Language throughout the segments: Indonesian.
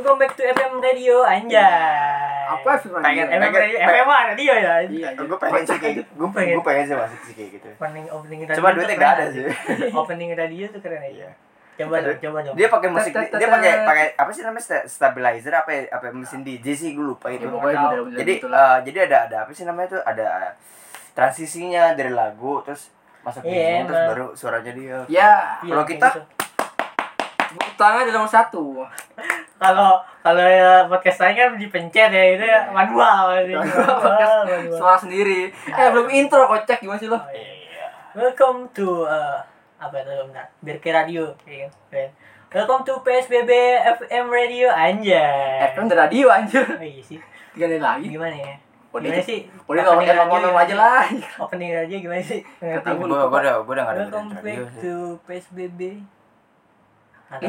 Welcome back to FM Radio anjay. Apa FM Radio? FM Radio ya. Iya, Gue pengen sih kayak gitu. Gue pengen sih masuk sih kayak gitu. Opening radio. Cuma duitnya enggak ada sih. Opening radio tuh keren aja. Coba. Dia pakai musik, dia pakai apa sih namanya stabilizer apa mesin DJ sih gue lupa itu. Jadi ada apa sih namanya tuh ada transisinya dari lagu terus masuk DJ terus baru suaranya dia. Ya, kalau kita tepuk tangan di nomor 1. Kalau ya podcast saya kan dipencet ya itu ya manual. Suara sendiri. Belum intro kocak gimana sih lo? Oh, iya. Welcome to apa itu benar? Birke Radio, ya kan? Welcome to PSBB FM Radio anjay. FM dari radio anjir. Oh, iya sih. Tiga lagi. Gimana ya? Gimana sih? Udah ngomong aja lah. Opening radio gimana sih? gue udah enggak ada Welcome back to PSBB 504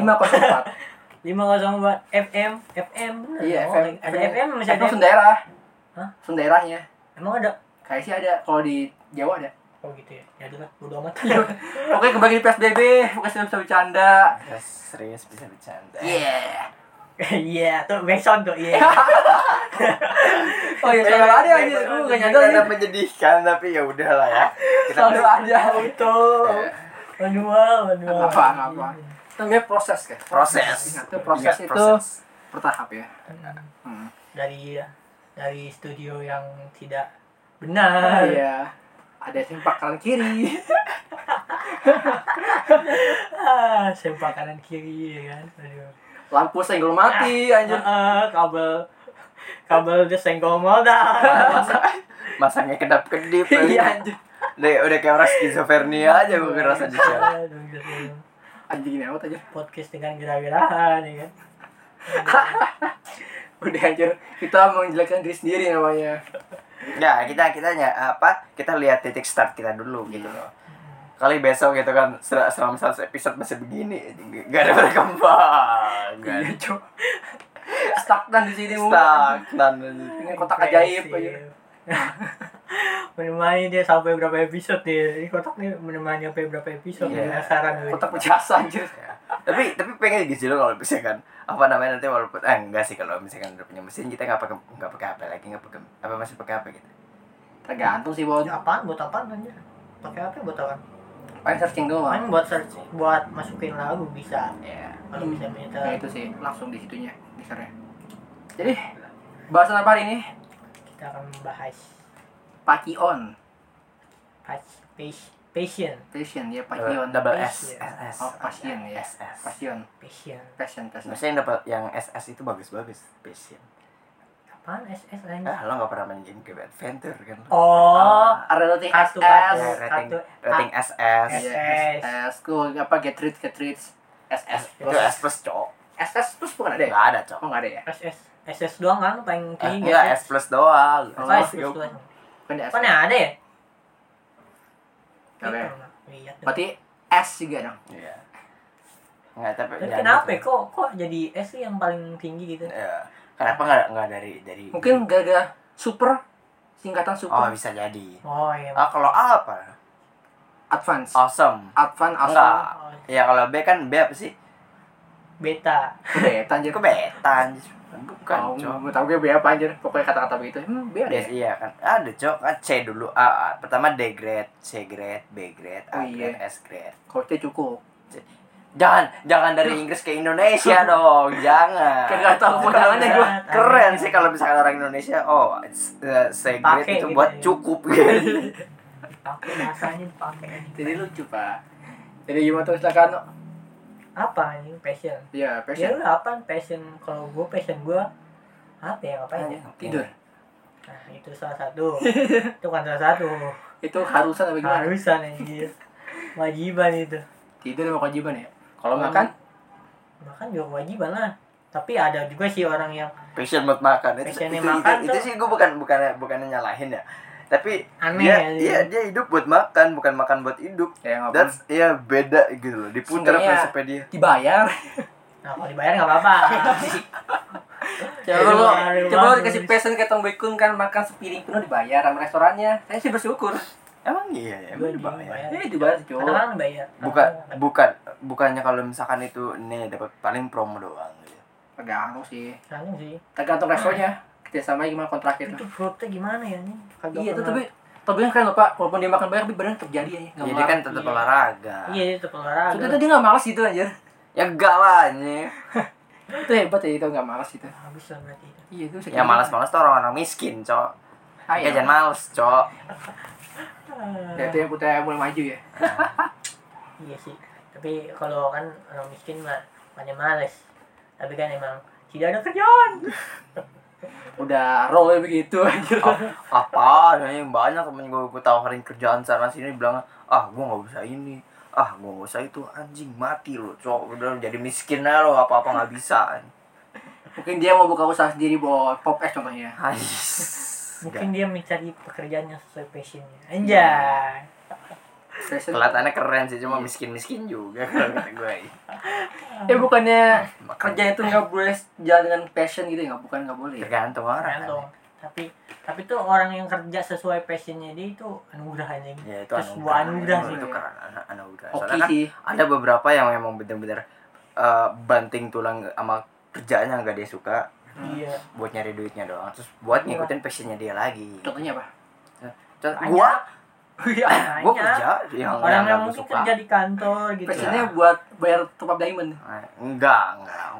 FM bener. Iya, oh, FM. ada FM masih ada. FM daerah. Hah? Daerahnya. Emang ada? Kayak sih ada, kalau di Jawa ada. Oh gitu ya. Ya udah, bodo amat. Oke, kembali di PSBB, pokoknya bisa bercanda. Serius bisa bercanda. Iya. Iya, tuh backsound tuh. Iya. Oh iya, selalu ada aja. Gue enggak nyadar ya. Menyedihkan tapi ya udahlah ya. Selalu ada. Itu. Manual. Apa? Namanya proses kan. Proses itu bertahap ya. Dari studio yang tidak benar. Iya. Ada sempak kanan kiri. Sempak kanan kiri ya kan. Aduh. Lampu senggol mati anjir. Kabel dia senggol modal. Masangnya kedap-kedip. Iya anjir. Udah kayak orang skizofrenia aja gue ngerasa di sini. Anjing ini aja. Podcast dengan gerah-gerahan ya kan. Udah anjir. Kita menjelekkan diri sendiri namanya. Ya, kita lihat titik start kita dulu gitu loh. Kali besok gitu kan selama 100 episode masih begini, enggak ada berkembang. Iya, Cok. Stagnan di sini Stagnan. Dengan kotak ajaib aja. Menemani dia sampai berapa episode nih. Ini kotak nih menemani sampai berapa episode penasaran gue. Kotak berjasa anjir. Ya. Tapi pengen gitu loh kalau misalkan apa namanya nanti walaupun enggak sih kalau misalkan udah punya mesin kita enggak pakai HP lagi masih pakai HP gitu. Tergantung sih buat apaan aja. Pakai HP buat apa? Paling searching doang. Paling buat search buat masukin lagu bisa. Ya. Kalau bisa meter. Nah, itu sih langsung di situnya besarnya. Jadi bahasan apa hari ini? Kita akan membahas Passion. Passion Ya, passion. Double S. Oh, passion ya. Passion. Biasanya dapat yang SS itu bagus-bagus. Passion. Apaan SS lain? Lo enggak pernah main game Adventure kan? Oh, rating kartu SS. Rating SS. SS. Cool. Apa get rich SS. Itu S plus, Cok. SS plus bukan ada ya? Enggak ada, Cok. Oh, enggak ada ya? SS doang kan paling tinggi. Enggak, S plus doang. S plus doang. Bukan ada S. Mana ada ya? Oke. Berarti S juga dong. Iya. Enggak, tapi kenapa kok jadi S sih yang paling tinggi gitu? Iya. Kenapa enggak dari mungkin gara-gara super, singkatan super. Oh, bisa jadi. Oh iya. Kalau A apa? Advance. Awesome. Enggak. Ya kalau B kan B apa sih? Beta. Beta anjir. Kok beta anjir? Bukan, Cok. Mau tahu gue B apa anjir? Pokoknya kata-kata begitu. B ada ya? Iya kan. Ada, Cok. Kan C dulu. A. Pertama D grade, C grade, B grade, A grade, S grade. Kalau C cukup. Jangan dari Inggris ke Indonesia dong. Jangan. Kagak tahu modelannya gue. Keren sih kalau misalkan orang Indonesia. Oh, C grade itu gitu buat ya. cukup gitu. Pakai bahasanya dipakai. Jadi lucu, Pak. Jadi gimana tuh silakan. Apa ini passion? Iya, Ya passion. udah apa passion? Kalau passion gue apa ya ngapain ya? Tidur. Nah itu salah satu. Itu kan salah satu. Itu harusan apa gimana? Harusan anjir. Wajiban itu. Tidur sama kewajiban ya? Kalau makan juga kewajiban lah. Tapi ada juga sih orang yang Passion buat makan. Passionnya makan itu sih gue bukannya nyalahin ya. Tapi aneh dia hidup buat makan, bukan makan buat hidup. Ya, dan ya beda gitu loh. Diputar prinsipnya dia. Dibayar. Nah, kalau dibayar enggak apa-apa. Coba lo dikasih passion ke Tong Bekun kan makan sepiring penuh dibayar sama restorannya. Saya sih bersyukur. Emang iya ya, emang dibayar. Dibayar sih, cowok. Kadang-kadang bayar. Bukannya kalau misalkan itu nih dapat paling promo doang gitu. Tergantung sih. Tergantung restonya. Kerjasama gimana kontraknya itu perutnya gimana ya nih? Iya itu tapi kan lupa walaupun dia makan banyak tapi badan tetap jadi ya. Jadi kan tetap olahraga. Iya dia tetap olahraga. Soalnya dia nggak malas gitu anjir. Ya enggak lah anjir. Itu hebat ya itu nggak malas gitu. Habis lah berarti itu. Iya itu. Ya malas-malas tuh orang-orang miskin, Cok. Ya jangan males, Cok. Ya itu yang putih mulai maju ya. Iya sih. Tapi kalau kan orang miskin mah banyak males. Tapi kan emang tidak ada kerjaan. Udah roll begitu anjir. Apa? Yang banyak temen gue tawarin kerjaan sana sini bilang, "Ah, gue enggak bisa ini. Ah, gue enggak usah itu, anjing mati lo, Cok. Udah jadi miskin aja lo, apa-apa enggak bisa." Mungkin dia mau buka usaha sendiri buat pop es contohnya. Mungkin dia mencari pekerjaan yang sesuai passionnya. Anjay. Kelihatannya keren sih, cuma miskin-miskin juga kalau kata gue. Bukannya kerja itu nggak boleh jalan dengan passion gitu ya? Nggak boleh. Tergantung orang. Tergantung. Tapi tuh orang yang kerja sesuai passionnya dia itu anugerah aja. Ya itu terus buah anugerah sih. Itu keren, anugerah. Oke Soalnya kan sih. ada beberapa yang memang benar-benar banting tulang sama kerjaannya nggak dia suka. Iya. Buat nyari duitnya doang. Terus buat ngikutin passionnya dia lagi. Contohnya apa? Gua kerja yang orang yang gua mungkin suka. kerja di kantor gitu. Passionnya buat bayar top up diamond. Enggak.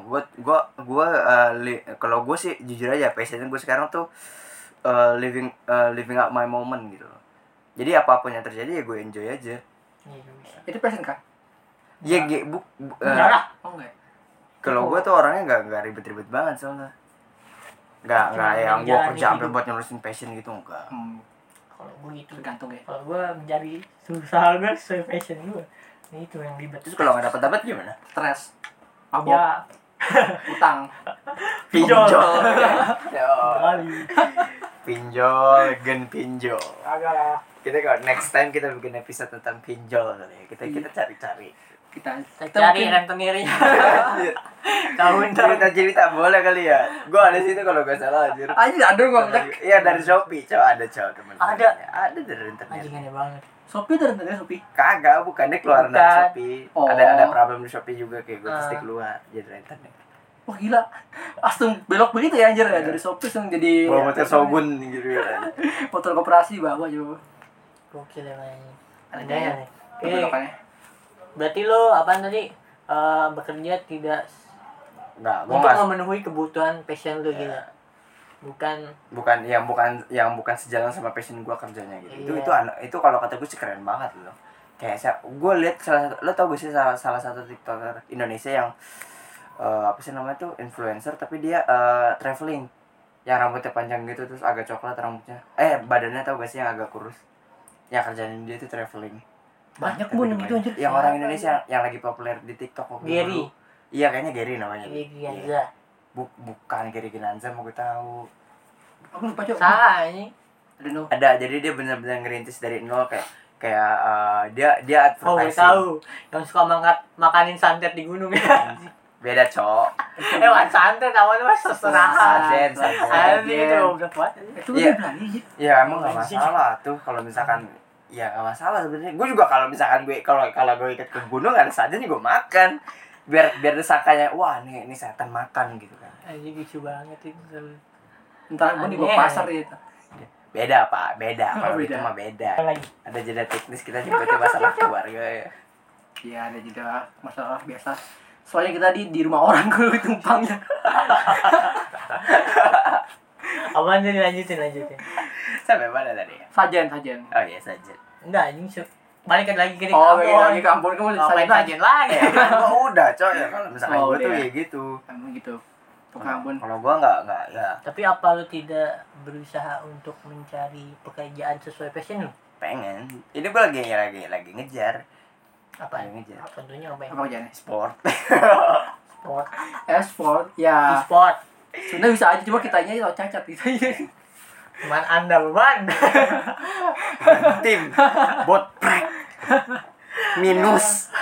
Kalau gue sih jujur aja passionnya gue sekarang tuh living up my moment gitu. Jadi apapun yang terjadi ya gue enjoy aja. Iya bisa. Itu passion kah? Ya Enggak lah. Oh enggak. kalau gue tuh orangnya nggak ribet-ribet banget soalnya. Nggak yang gue kerja sampai buat nulisin passion gitu enggak. Kalau gue gitu Tergantung ya. kalau gue mencari susah gue sesuai passion gue itu yang ribet. Terus kalau nggak dapat gimana? Stres. Mabok. Ya Utang. Pinjol. kali Pinjol. agak lah. Kita kalau next time kita bikin episode tentang pinjol kali ya. Kita cari-cari. Kita Cari rentenirnya. Tahun Cerita boleh kali ya. Gue ada situ kalau gak salah anjir. ada gua. Iya dari Shopee, ada temen. Ada dari internet. anjing aneh banget. Shopee dari Shopee. Kagak, bukan dia keluar dari Bukan. Shopee. Oh. Ada problem di Shopee juga kayak gue terus dia keluar jadi dari internet. Wah gila. Langsung belok begitu ya anjir ya dari Shopee langsung jadi Bawa motor Shogun gitu kan. motor koperasi bawa coba. Gokil emang. Ada Aneh. belokannya. Berarti lo apaan tadi bekerja tidak Enggak, gue untuk nggak memenuhi kebutuhan passion lo gitu. bukan bukan sejalan sama passion gue kerjanya gitu. Iya. Itu kalau kata gue sih keren banget loh. Kayak gue lihat lo tau gak sih salah satu TikToker Indonesia yang apa sih namanya tuh influencer tapi dia traveling yang rambutnya panjang gitu terus agak coklat rambutnya badannya tau gak sih yang agak kurus yang kerjaan dia tuh traveling Banyak pun gitu anjir. yang orang Indonesia yang lagi populer di TikTok waktu Gary. dulu. Iya kayaknya Gary namanya. Gary Iya. Gianza. Bukan Gary Ginanza mau gue tahu. Aku lupa coba. Salah ini. Ada jadi dia benar-benar ngerintis dari nol kayak dia Oh, gue advertising. tahu. Yang suka makanin santet di gunung ya. Beda, Cok. Bukan santet, namanya mas seserahan. Sajen. Anjing itu udah kuat. Itu Iya. dia berani anjir. Ya emang enggak masalah tuh kalau misalkan ya enggak masalah sebenarnya. Gue juga kalau misalkan kalau gue ikut ke gunung ada saja nih gue makan. Biar disangkanya wah ini setan makan gitu kan. Anjing lucu banget itu. Entar gua di bawah pasar itu. Beda kalau Oh, itu beda. mah beda. Lagi. Ada jeda teknis kita juga masalah keluarga ya. Iya, ada juga masalah biasa. Soalnya kita di rumah orang kalau tumpangnya. Apaan tadi lanjutin. Sampai mana tadi? Sajen. Oh iya saja. Enggak anjing balik lagi ke Oh, balik lagi ke Ambon kamu Ngapain sajen lagi? Oh, udah coy ya kalau misalkan Oh, gue tuh udah. kayak gitu. Kamu gitu. Ke Ambon. Kalau gue enggak ya Tapi apa lu tidak berusaha untuk mencari pekerjaan sesuai passion lu? pengen. Ini gue lagi ngejar. Apa? Lagi ngejar. Tentunya apa yang Apa kerjanya? Sport. sport, Sport. Ya. e-sport. Sebenarnya bisa aja cuma kitanya kalau cacat gitu. Cuman Anda beban. Tim bot prek. Minus.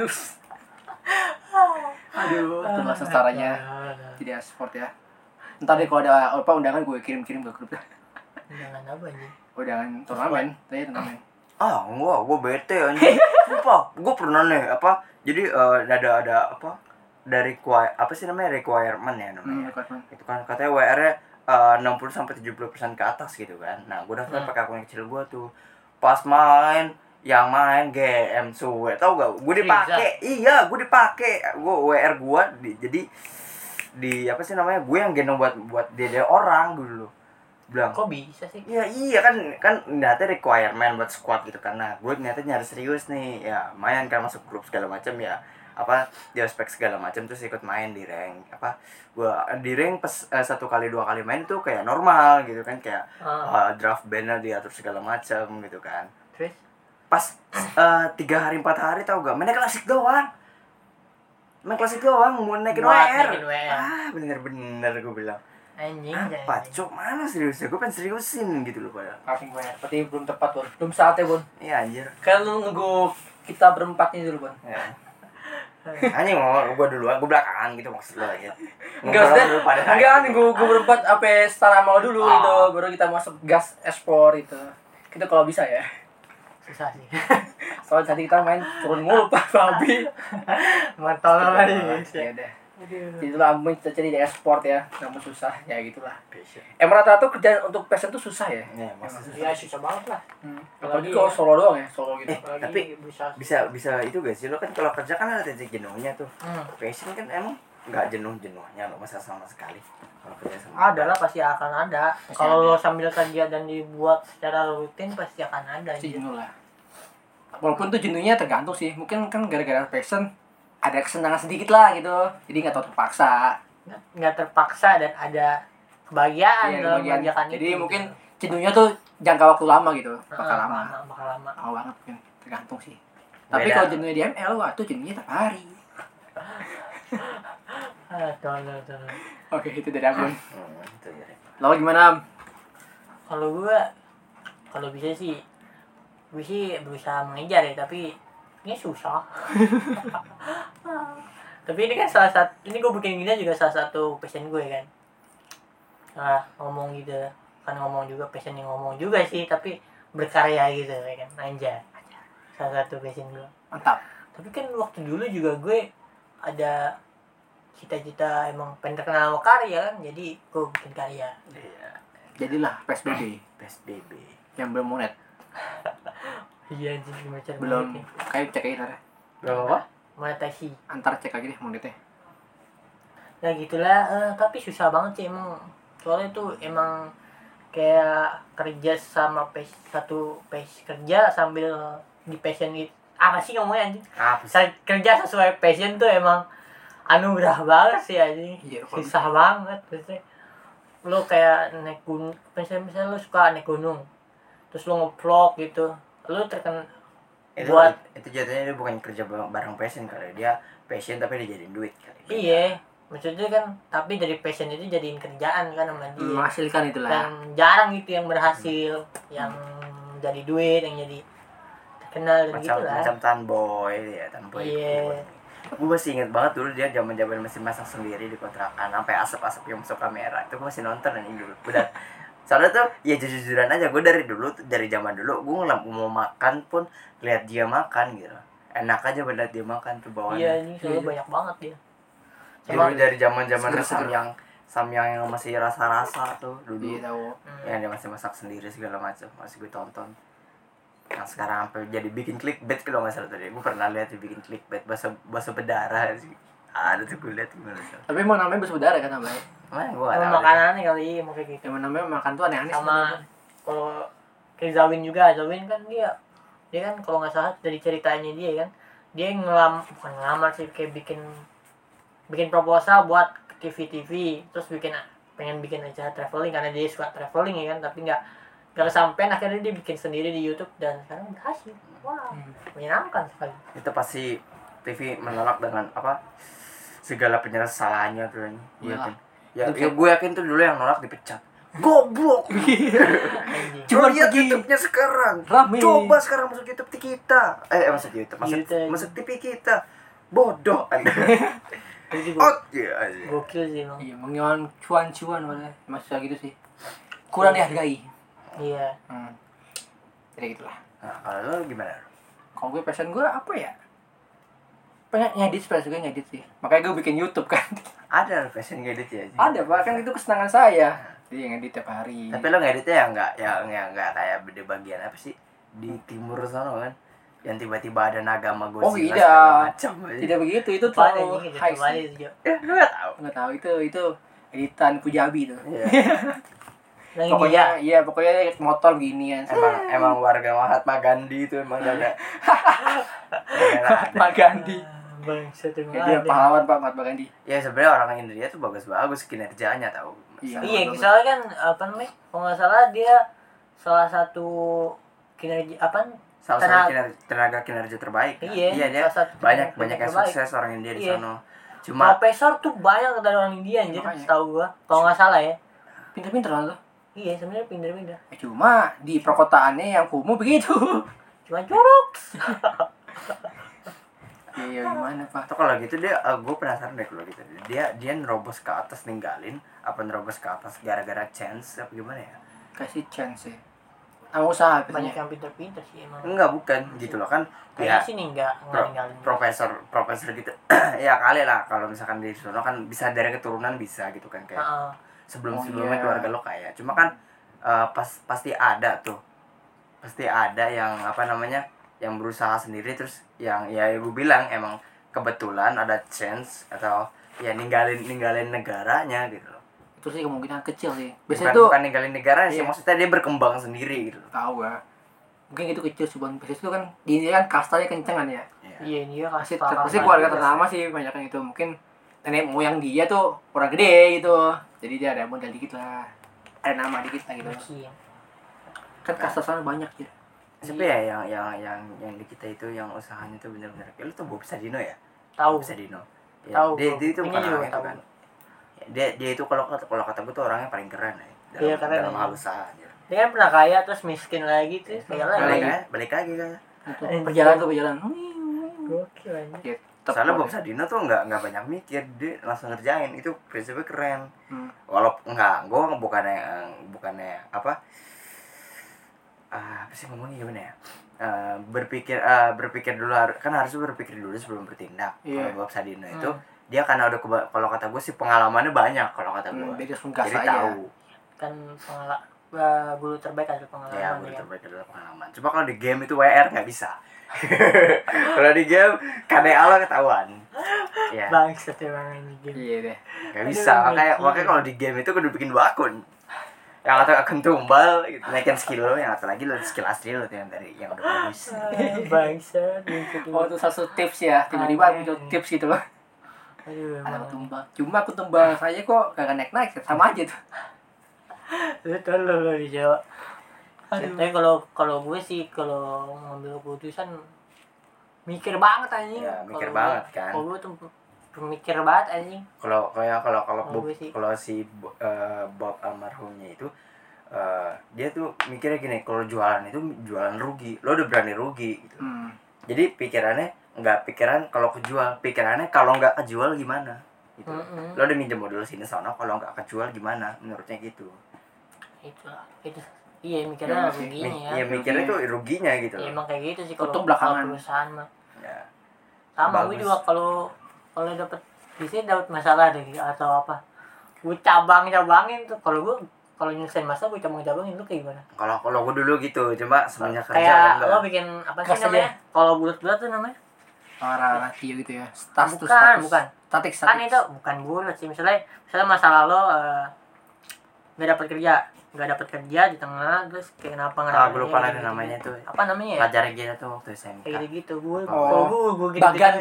Aduh, itulah secaranya tidak sport ya. Ntar deh kalau ada undangan gue kirim ke grup. Jangan apa aja. Undangan turnamen, tanya turnamen. Enggak, gue bete anjing. Sumpah, gue pernah nih jadi ada apa sih namanya, requirement ya namanya. Itu kan katanya WR-nya 60-70% ke atas gitu kan. Nah gue daftar pakai akun kecil gue tuh, pas main GM suwe, tau gak gue dipakai gue WR gue jadi di apa sih namanya, gue yang gendong buat dia orang dulu. Bilang kok bisa sih? Iya kan niatnya requirement buat squad gitu kan. Nah gue niatnya nyari serius nih ya, main kan masuk grup segala macam ya, apa di ospek segala macam, terus ikut main di rank. Apa gue di rank pas 1 kali 2 kali main tuh kayak normal gitu kan, kayak draft banner diatur segala macam gitu kan. Terus pas 3 hari 4 hari tau gak, mainnya klasik doang, mau naikin WR. Bener-bener gue bilang anjing apa cok, mana seriusnya, gue pengen seriusin gitu loh padahal. Passing WR berarti belum tepat Bun, belum saatnya Bun. Iya anjir, kan lu nunggu kita berempat ini dulu Bun. ya. Anjing mau gue duluan, gue belakangan gitu maksud lo ya. Enggak kan gue berempat apa setara mau dulu gitu, baru kita masuk gas esport itu. Kita kalau bisa ya. susah sih. Soalnya tadi kita main turun mulu Pak babi. Mantul lagi. Ya deh. Itulah ampun kita cari di esport ya, namun susah ya gitulah. Emang rata-rata kerjaan untuk passion tuh susah ya? Iya, maksudnya Ya susah banget lah. Apalagi kalau solo doang ya, solo gitu. tapi bisa itu gak sih lo, kan kalau kerja kan ada titik jenuhnya tuh. Passion kan emang nggak jenuhnya lo, masa sama sekali kalau kerja sama. Ada lah, pasti akan ada. Kalau lo sambil kerja dan dibuat secara rutin pasti akan ada. Pasti jenuh lah. Walaupun tuh jenuhnya tergantung sih, mungkin kan gara-gara passion ada kesenangan sedikit lah gitu, jadi nggak terlalu terpaksa. Nggak terpaksa dan ada kebahagiaan dalam mengerjakan itu. Jadi mungkin jenuhnya tuh jangka waktu lama gitu, bakal lama. Lama banget mungkin, tergantung sih. Tapi kalau jenuhnya di ML, wah tuh jenuhnya tiap hari. Tuh. Oke, itu dari aku. Lalu gimana? Kalau bisa sih, gue sih berusaha mengejar ya, tapi ini susah. Tapi ini kan ini gue bikin gini juga salah satu passion gue kan. Ngomong gitu, kan ngomong juga passion yang ngomong juga sih, tapi berkarya gitu ya kan, aja. Salah satu passion gue. Mantap. Tapi kan waktu dulu juga gue ada cita-cita emang pengen terkenal sama karya kan, jadi gue bikin karya. Iya. Jadilah PSBB yang belum monet. Iya jadi macam belum kayak cek aja ntar. Belum apa? Monetasi. Antar cek aja deh monetnya. Ya gitulah, tapi susah banget sih emang. Soalnya tuh emang kayak kerja sama satu kerja sambil di passion gitu. Apa sih ngomongnya anjing? Kerja sesuai passion tuh emang anugerah banget sih anjing. Iya, susah banget maksudnya. Lo kayak naik gunung, misalnya lo suka naik gunung, terus lo nge-vlog gitu, lo terkenal itu jatuhnya dia bukan kerja bareng passion kali, dia passion tapi dijadiin duit kali. Iya, maksudnya kan, tapi dari passion itu jadiin kerjaan kan sama dia. Menghasilkan itulah. Dan jarang gitu yang berhasil, yang jadi duit, yang jadi terkenal dan gitulah. Macam Tanboy ya, Tanboy. Iya. Gue masih inget banget dulu dia zaman masih masak sendiri di kontrakan, sampai asap-asap yang masuk kamera. Itu gue masih nonton anjing dulu. Udah. Soalnya tuh ya jujur-jujuran aja, gue dari zaman dulu gue mau makan pun lihat dia makan gitu. Enak aja melihat dia makan tuh bawaannya. Iya, ini soalnya banyak banget dia. Dulu dari zaman Samyang yang masih rasa-rasa tuh dulu. Iya tahu. Yang dia masih masak sendiri segala macam, masih gue tonton. Nah sekarang sampai jadi bikin clickbait kalau nggak salah tadi, gue pernah lihat dia bikin clickbait bahasa berdarah sih, ada tuh gue lihat gimana sih. Tapi mau namanya bahasa berdarah kan namanya? Gue nggak tahu. Makanan kali mau kayak gitu. Yang namanya makan tuh aneh-aneh. Sama kalau kayak Zawin kan dia kan kalau nggak salah dari ceritanya dia kan, dia bukan ngelamar sih, kayak bikin proposal buat TV, terus pengen bikin acara traveling karena dia suka traveling ya kan, tapi nggak kesampean, akhirnya dia bikin sendiri di YouTube dan sekarang berhasil. Wow, menyenangkan sekali. Itu pasti TV menolak dengan apa segala penyesalannya tuh. Ya gue yakin tuh dulu yang nolak dipecat. Goblok. Coba lihat YouTube-nya sekarang. Rame. Coba sekarang masuk YouTube kita. Masuk TV kita. Bodoh. Gokil sih emang. Iya, mengewan cuan-cuan masalah gitu sih. Kurang dihargai. Iya. Jadi gitulah. Nah, kalau lo gimana? Kalau gue passion gue apa ya? pengen ngedit, juga ngedit sih. Makanya gue bikin YouTube kan. Ada passion ngedit ya? Ada Pak, kan itu kesenangan saya. Jadi ngedit tiap hari. Tapi lo ngeditnya nggak kayak beda bagian apa sih di timur sana kan? Yang tiba-tiba ada naga sama Godzilla segala macam. Tidak begitu, itu terlalu high sih. Nggak tahu itu editan Pujabi tuh. Iya. Pokoknya motor gini kan. Emang warga Mahatma Gandhi itu emang ada. Mahatma Gandhi. Dia pahlawan Pak Mahatma Gandhi. Ya sebenarnya orang Indonesia tuh bagus-bagus kinerjanya tahu. Iya, soalnya kan apa namanya? Kalau nggak salah dia salah satu kinerja tenaga kinerja terbaik. Kan? Iya dia banyak yang sukses orang India di sana. Cuma profesor tuh banyak dari orang India anjir, tahu gua. Kalau nggak salah ya. Pinter-pinter lah tuh. Iya, sebenarnya pinter-pinter. Cuma di perkotaannya yang kumuh begitu. Cuma curug. Iya gimana Pak? Tuh kalau gitu dia, gue penasaran deh kalau gitu. Dia nerobos ke atas ninggalin, apa nerobos ke atas gara-gara chance apa gimana ya? Kasih chance sih. Usaha banyak yang pinter-pinter sih emang. Enggak bukan gitu loh kan? Kayaknya sih enggak ninggalin. Profesor gitu. Ya kali lah kalau misalkan di sono kan bisa dari keturunan bisa gitu kan kayak. Sebelumnya keluarga lo kaya. Cuma kan pasti ada tuh. Pasti ada yang apa namanya? Yang berusaha sendiri terus yang ya gue bilang emang kebetulan ada chance atau ya ninggalin negaranya gitu loh. Itu sih kemungkinan kecil sih. Biasanya bukan ninggalin negara sih, maksudnya dia berkembang sendiri gitu. Tahu ya. Mungkin itu kecil sih Bang. Biasanya itu kan di India kan kastanya kenceng kan ya. Iya, dia pasti keluarga ternama sih banyak yang itu. Mungkin nenek moyang dia tuh orang gede gitu. Jadi dia ada modal dikit lah. Ada nama dikit lah gitu. Kan kasta sana banyak ya. Tapi ya yang di kita itu yang usahanya tuh benar-benar kayak lu tuh Bob Sadino ya? Tahu. Bob Sadino. Ya, tahu. Dia itu bukan orang itu tahu. kan. Dia itu kalau kata gue tuh orangnya paling keren ya. Dalam hal usaha aja. Dia kan pernah kaya terus miskin lagi tuh. Balik lagi kan. Perjalanan. Gokil aja. Soalnya Bob Sadino tuh nggak banyak mikir, dia langsung ngerjain. Itu prinsipnya keren. Walaupun gue bukannya apa sih ngomongnya gimana ya? Berpikir dulu kan harusnya berpikir dulu sebelum bertindak. Kalau Bob Sadino itu dia karena udah kalau kata gue sih pengalamannya banyak kalau kata gue. Jadi tahu. Kan guru terbaik adalah pengalaman. Ya, guru terbaik adalah pengalaman. Cuma kalau di game itu WR nggak bisa. Kalau di game KDA ketahuan. Ya. Bangsat emang ini game. Iya deh. Nggak bisa. Makanya kalau di game itu kudu bikin 2 akun. Yang atau akun tumbal gitu, naikin skill lo, yang atau lagi lo skill asli lo yang dari yang udah bagus. Bangsat. Itu salah satu tips ya. Tiba-tiba muncul tips gitu loh. Ada tumbal. Cuma aku tumbal saya kok kagak naik sama aja tuh. Betul lo di Jawa. Tapi kalau gue sih kalau ngambil keputusan mikir banget anjing. Ya, mikir banget kan. Kalau gue tuh pemikir banget anjing. Kalau si Bob almarhumnya itu dia tuh mikirnya gini, kalau jualan itu jualan rugi, lo udah berani rugi gitu. Jadi pikirannya kalau kejual, pikirannya kalau nggak kejual gimana gitu. Lo udah minjem modal sini sana, kalau nggak kejual gimana, menurutnya gitu. Itu iya mikirnya ruginya ya. Iya mikirnya tuh ruginya gitu. Iya emang kayak gitu sih kalau perusahaan mah. Ya. Sama gue juga kalau dapat di sini dapat masalah deh atau apa, gue cabangin tuh. Kalau nyelesain masalah gue cabangin tuh kayak gimana? Kalau gue dulu gitu, cuma semenjak kerja kayak lo bikin apa sih namanya? Kalau bulat-bulat tuh namanya? Radio gitu ya. Status. Bukan. Statik. Kan itu bukan bulat sih. Misalnya masalah lo nggak dapat kerja di tengah, terus kayak kenapa gue lupa lagi namanya tuh. Apa namanya ya? Pelajaran kita tuh waktu SMK. Kayak gitu gue gitu. Bagan.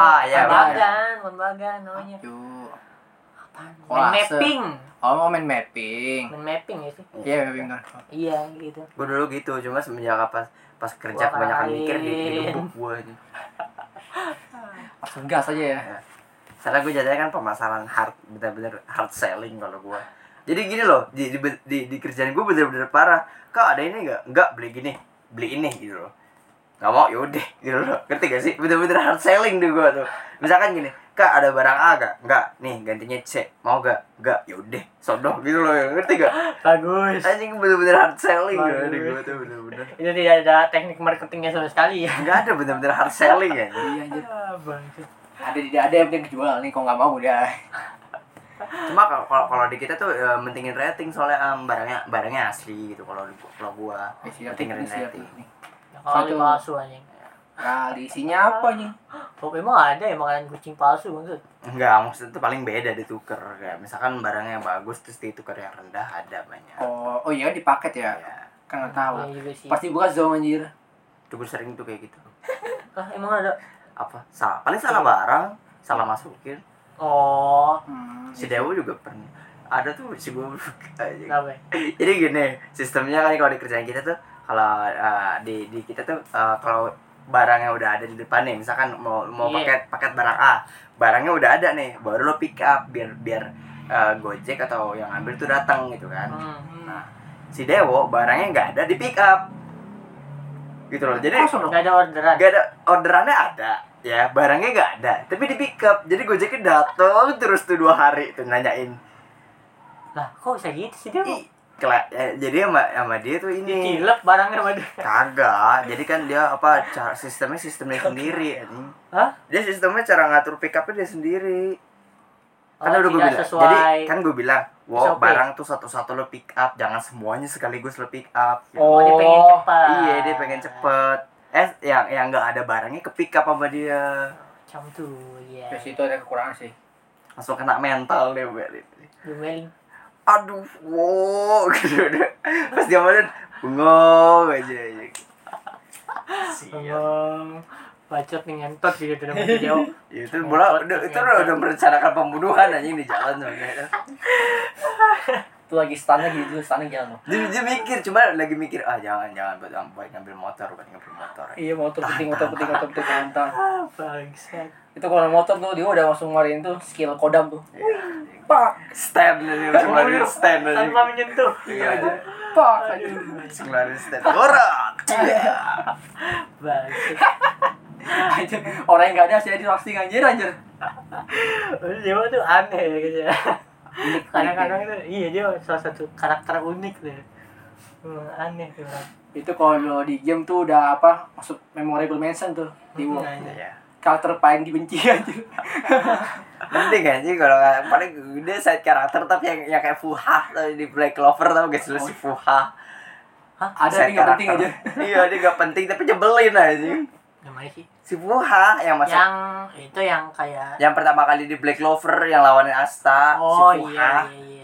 Bagan namanya. Apaan? Mapping. Main mapping. Main mapping ya sih? Iya, mapping kan. Iya gitu. Gue dulu gitu, cuma semenjak pas kerja kebanyakan mikir di lubuk gue aja. Langsung gas aja ya. Soalnya gue jadinya kan pemasaran bener-bener hard selling kalau gue. Jadi gini loh, di kerjaan gue bener-bener parah. Kak ada ini enggak beli ini gitu loh. Nggak mau yaudah gitu loh, ngerti gak sih? Bener-bener hard selling deh gue tuh. Misalkan gini, Kak ada barang A gak? Enggak, nih gantinya C, mau gak? Enggak, yaudah sodoh gitu loh, ngerti gak? Bagus. Anjing bener-bener hard selling di gue tuh bener-bener. Itu tidak ada teknik marketingnya sama sekali ya? Enggak ada, bener-bener hard selling ya. Iya anjir. Bangsa. ada yang penting jual nih, kok nggak mau udah. Cuma kalau di kita tuh mentingin rating soalnya barangnya asli gitu. Kalau gua mentingin rating. Kalau palsu anjing. Kali isinya apa nih? Oh, emang ada yang makanan kucing palsu maksud? Enggak, maksudnya itu paling beda ditukar. Kayak misalkan barangnya yang bagus terus ditukar yang rendah ada banyak. Oh iya di paket ya? Iya. Kan nggak tahu. Iya, Pasti buka zone anjir. Cukup sering tuh kayak gitu. Emang ada? Apa? Paling salah barang, salah masukin. Oh, Si Dewo juga pernah. Ada tuh si gue aja. kenapa? Jadi gini, sistemnya kan kalau di kerjaan kita tuh kalau di kita tuh kalau barangnya udah ada di depan nih, misalkan mau paket barang A, barangnya udah ada nih, baru lo pick up biar Gojek atau yang ambil tuh datang gitu kan. Nah, si Dewo barangnya nggak ada di pick up gitu loh. Jadi nggak ada orderan. nggak ada orderannya ada ya, barangnya nggak ada tapi di pick up. Jadi Gojeknya datang terus tuh 2 hari tuh nanyain, Lah, kok bisa gitu sih dia? jadi sama dia tuh ini Cilep barangnya sama dia. kagak. Jadi kan dia sistemnya sendiri anjing. Hah? Dia sistemnya cara ngatur pick up-nya dia sendiri. Kan Oh, udah gue tidak bilang. sesuai Jadi kan gue bilang, wow, SOP. barang tuh satu-satu lo pick up, jangan semuanya sekaligus lo pick up. Gitu. Oh, dia pengen cepat. Iya, dia pengen cepet. Yang nggak ada barangnya ke pick up sama dia. Macam tuh, ya. Terus itu ada kekurangan sih. Langsung kena mental deh, Beli. Dumeling. Aduh, wow, gitu deh. Pas dia main, bengong aja. Bengong. Bacot nih ngentot gitu udah mati jauh. Ya, itu udah merencanakan pembunuhan anjing di jalan sebenarnya. Itu lagi stunnya gitu, stunnya jalan. Dia mikir, cuma lagi mikir jangan buat ngambil motor. Iya, motor penting tantang. Bangsat. Itu kalau motor tuh dia udah langsung ngeluarin tuh skill kodam tuh. Pak, stand aja, langsung stand aja. Tanpa menyentuh. Iya aja. Pak, Langsung lari stand. Orang. Bangsat. aja orang yang nggak ada sih di roasting anjir. Dewa tuh aneh gitu ya. Kadang-kadang itu iya dia salah satu karakter unik deh. Aneh tuh orang. Itu kalau di game tuh udah masuk memorable mention tuh di WoW. Iya. Karakter paling dibenci anjir. Penting kan sih kalau paling dia side karakter tapi yang kayak Fuha tau di Black Clover tau gak sih Fuha. Ada tapi nggak penting aja. Iya, dia nggak penting tapi nyebelin aja. Namanya sih Si Fuha yang masuk. yang itu yang kayak Yang pertama kali di Black Clover yang lawanin Asta, oh si Fuha. iya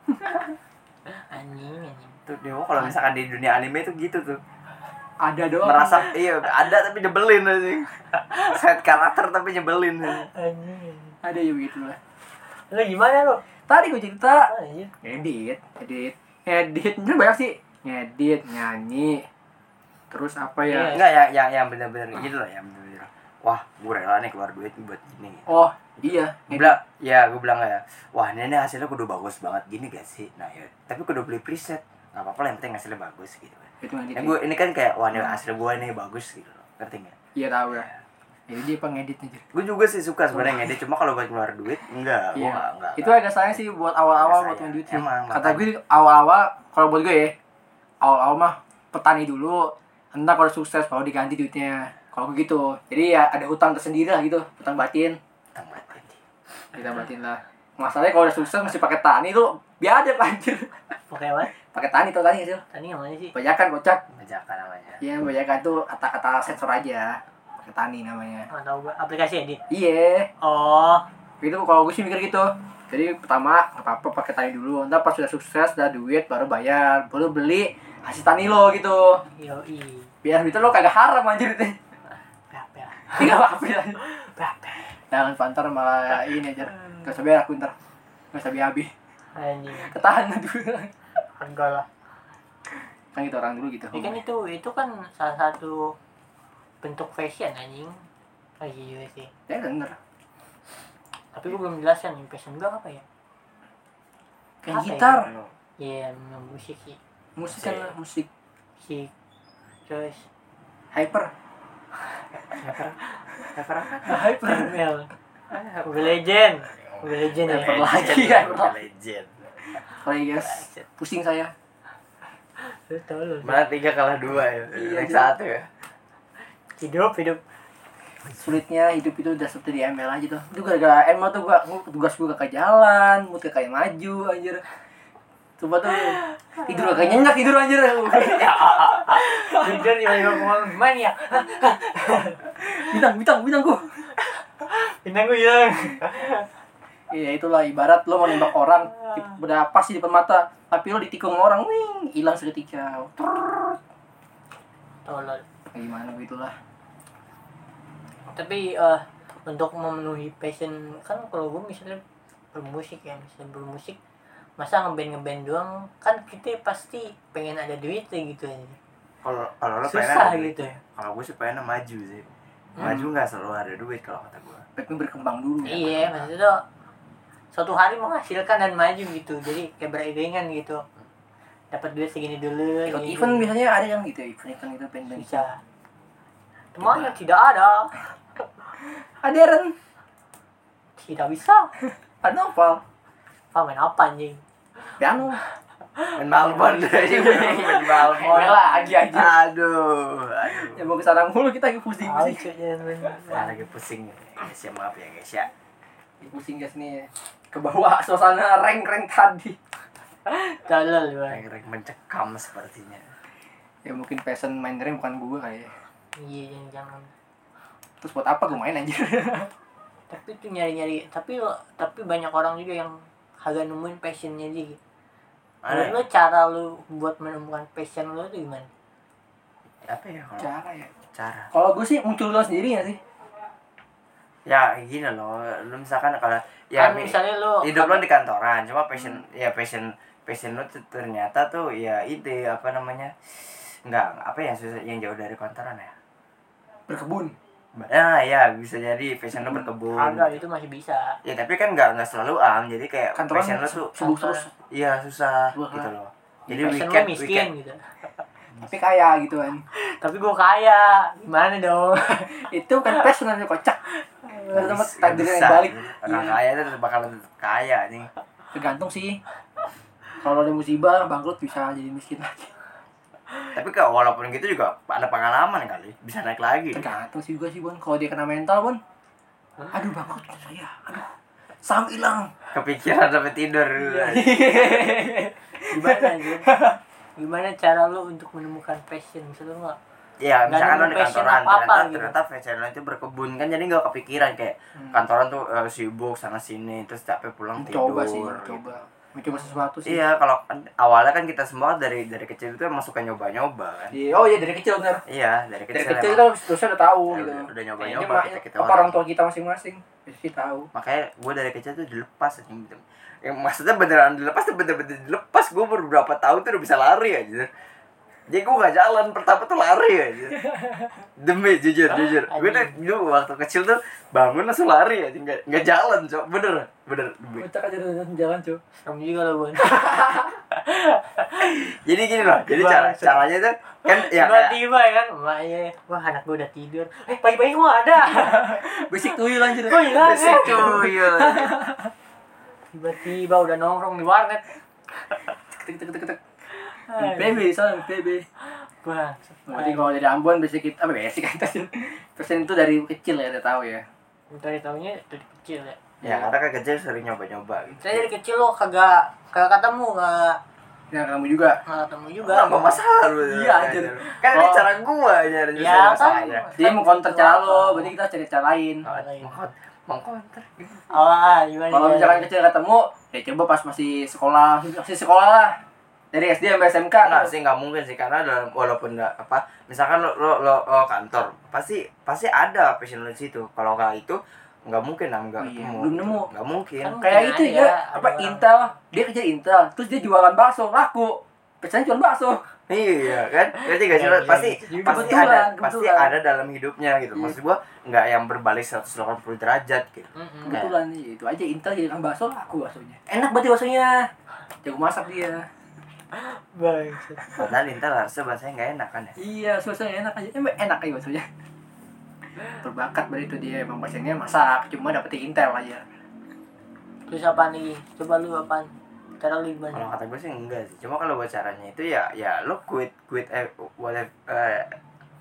anjing Tuh dia kalau misalkan di dunia anime tuh gitu tuh. Ada doang. Merasa ada tapi nyebelin aja. Set karakter tapi nyebelin aja. anjing Ada ya begitu lah. lo gimana lo Tadi gue cerita anjing edit ini banyak sih, ngedit, nyanyi, terus apa ya? Enggak yang bener-bener gitu loh, yang bener-bener. Wah, gue rela nih keluar duit buat gini. Oh iya, Gue bilang ya, wah ini hasilnya kudu bagus banget gini gak sih? Nah ya, tapi kudu beli preset. Gak apa-apa lah, yang penting hasilnya bagus gitu. itu ngedit. Yang gue ini kan kayak wah ini hasil gue nih bagus gitu loh, ngerti nggak? Iya tahu ya. Jadi dia pengedit aja. Gue juga sih suka sebenarnya ngedit, cuma kalau buat keluar duit enggak, gue Iya. enggak. Itu agak sayang sih buat awal-awal Agak buat sayang. ngedit sih. Emang, Kata makanya. gue awal-awal kalau buat gue ya, awal-awal mah petani dulu. Entah kalau sukses baru diganti duitnya. Kalau gue gitu. Jadi ya ada hutang tersendiri lah gitu, hutang batin. Kita batin lah. Masalahnya kalau udah sukses masih pakai tani tuh biadab anjir. pakai apa Pakai tani tuh tani sih. tadi yang mana sih Bajakan kocak. Bajakan namanya. Iya, bajakan tuh kata-kata sensor aja. Pakai tani namanya. nggak tahu gue aplikasi edit Iya. oh Gitu kalau gue sih mikir gitu. Jadi pertama nggak apa-apa pakai tani dulu. Ntar pas sudah sukses, udah duit baru bayar, baru beli hasil tani lo gitu. yoi Biar itu lo kagak haram anjir itu. berapa Enggak apa-apa ya. berapa Jangan pantar malah ini aja. Gak usah biar aku ntar. Gak usah biar habis. anjing Ketahan dulu. enggak lah Kan gitu orang dulu gitu. ya kan itu kan salah satu bentuk fashion anjing lagi juga sih Ya bener. tapi gue belum jelasin nih fashion gue apa ya Kayak Apa gitar. iya musik sih Musik kan lah, musik. musik terus Hyper. Hyper apa? Hyper. email Mobile Legend ya Hyper lagi ya. Legend. Sorry guys. Pusing saya. lu tau lu Mana 3 kalah 2 ya. Iya, Next 1 ya. hidup sulitnya hidup itu udah seperti di ML aja tuh. Itu gara-gara ML tuh tugas gua kagak jalan, mood kagak maju anjir. Coba tuh tidur kagak nyenyak tidur anjir. Tidur di bawah ngomong gimana ya? Bintang gua. Bintang gue hilang. Iya itulah ibarat lo mau nembak orang udah pas di depan mata tapi lo ditikung orang wing hilang seketika. Tolol. Gimana begitulah. Tapi untuk memenuhi passion kan kalau gue misalnya bermusik masa ngeband doang kan kita pasti pengen ada duitnya gitu aja. Kalau lo Susah pengen ada gitu. duit, kalau gue sih pengen maju sih. Maju nggak selalu ada duit kalau kata gue. Tapi berkembang dulu. Iya, maksudnya tuh suatu hari menghasilkan dan maju gitu. Jadi kayak beriringan gitu. Dapat duit segini dulu. Ikut gini event dulu. biasanya ada yang gitu event itu band-band. Bisa. Temannya tidak ada. Ada Ren. Tidak bisa. Ada apa? Main apa anjing? Piano. Main balbon aja, main balbon. Lagi aja. Aduh. Ya mau kesana mulu kita lagi pusing. Lagi pusing guys ya, maaf ya guys ya. Pusing guys nih. Ke bawah suasana rank tadi. Tolol gue. Rek mencekam sepertinya. Ya mungkin passion main rank bukan gue kayaknya. Iya, jangan. Terus buat apa gue main anjir? Tapi itu nyari-nyari. Tapi banyak orang juga yang kagak nemuin passionnya dia. Menurut lo cara lu buat menemukan passion lo itu gimana? Apa ya kalau Cara ya. cara? Kalau gue sih muncul lo sendiri gak sih? Ya gini loh, lu misalkan kalau ya Kan misalnya lu hidup lo di kantoran, cuma passion lo tuh ternyata tuh ya ide apa namanya, enggak apa ya susah yang jauh dari kantoran ya, Berkebun. nah ya bisa jadi passion lo berkebun. Agak itu masih bisa. Ya tapi kan nggak selalu jadi kayak Kantoran passion lo tuh sibuk terus. iya susah Susah. gitu loh. Jadi Passion lo weekend miskin gitu. Tapi kaya gitu kan. Tapi gue kaya, gimana dong? Itu kan passion namanya kocak. Ada tempat takdirnya yang bisa. balik. Orang Iya. kaya itu bakal kaya nih. Tergantung sih. Kalau ada musibah bangkrut bisa jadi miskin lagi. Tapi walaupun gitu juga ada pengalaman kali, bisa naik lagi. Tergantung sih juga sih Bon. Kalau dia kena mental Bon. Aduh bangkrut saya. Aduh. Saham hilang. Kepikiran sampai tidur. Gimana anjir? Gimana cara lu untuk menemukan passion? Misalnya lu Ya, nggak misalkan lo nemu di passion kantoran, apa-apa gitu. ternyata passion lo itu berkebun kan, jadi nggak kepikiran kayak kantoran tuh sibuk sana sini, terus capek pulang tidur. Coba sih, gitu. mencoba sesuatu sih. Iya, kalau awalnya kan kita semua dari kecil itu emang suka nyoba-nyoba kan. Iya, oh iya dari kecil benar. Iya, dari Dari kecil. kecil emang. kita terusnya udah tahu Ya, gitu. udah nyoba-nyoba, Kayaknya kita apa orang tua kita masing-masing pasti tahu. Makanya gue dari kecil tuh dilepas aja gitu. Yang maksudnya beneran dilepas tuh bener-bener dilepas. Gue baru berapa tahun tuh udah bisa lari aja. Jadi gue gak jalan, pertama tuh lari aja. Demi jujur. Gue dulu waktu kecil tuh bangun langsung lari aja, nggak jalan cok, bener. Demi. Kocak aja jalan cuy. serem juga lo, Bon. Jadi gini loh, jadi caranya tuh kan ya Tiba-tiba ya kan, emaknya, wah anak gue udah tidur. Pagi-pagi gue ada. Basic tuyul anjir. Gue hilang ya. tuyul. Tiba-tiba udah nongkrong di warnet. Tek. PB soalnya PB. Wah, Berarti kalau dari Ambon basic kita apa basic kita sih. Persen itu dari kecil ya, udah tahu ya. dari tahunya dari kecil ya. Ya karena kan kecil sering nyoba-nyoba gitu. Saya dari kecil lo kagak ketemu, Ya kamu juga. nggak ketemu juga. Nambah masalah lu. Iya, anjir. Kan ini Oh. cara gua nyari Ya, masalahnya. Dia mau counter cara lo, berarti kita cari cara lain. Mengkonter. Gimana? Kalau misalkan kecil ketemu, ya coba pas masih sekolah lah. Dari SD sampai SMK. Enggak sih, nggak mungkin sih, karena walaupun enggak apa, misalkan lo kantor, pasti ada passion lo di situ. Kalau nggak itu nggak mungkin lah, nggak Iya, ketemu. belum nemu. Nggak mungkin. Kan Kayak mungkin itu ada, ya, ada apa orang. Intel, dia kerja Intel, terus dia jualan bakso, laku. Pesannya jualan bakso. Iya kan, ngerti gak sih? Iya, Pasti iya. pasti Kebetulan. ada dalam hidupnya gitu. Maksud gua nggak yang berbalik 180 derajat gitu. Kebetulan itu aja Intel jadi kan bakso laku baksonya. Enak berarti baksonya. Jago masak dia. Baik. Padahal Intel harusnya bahasanya nggak enak kan ya. Iya, suasananya enak aja. Enak aja baksonya. Berbakat berarti itu dia emang passionnya masak, cuma dapetin Intel aja. Terus apa nih? Coba lu apaan? Cara lu Kalau gimana? kata gue sih enggak sih. Cuma kalau buat caranya itu ya lo quit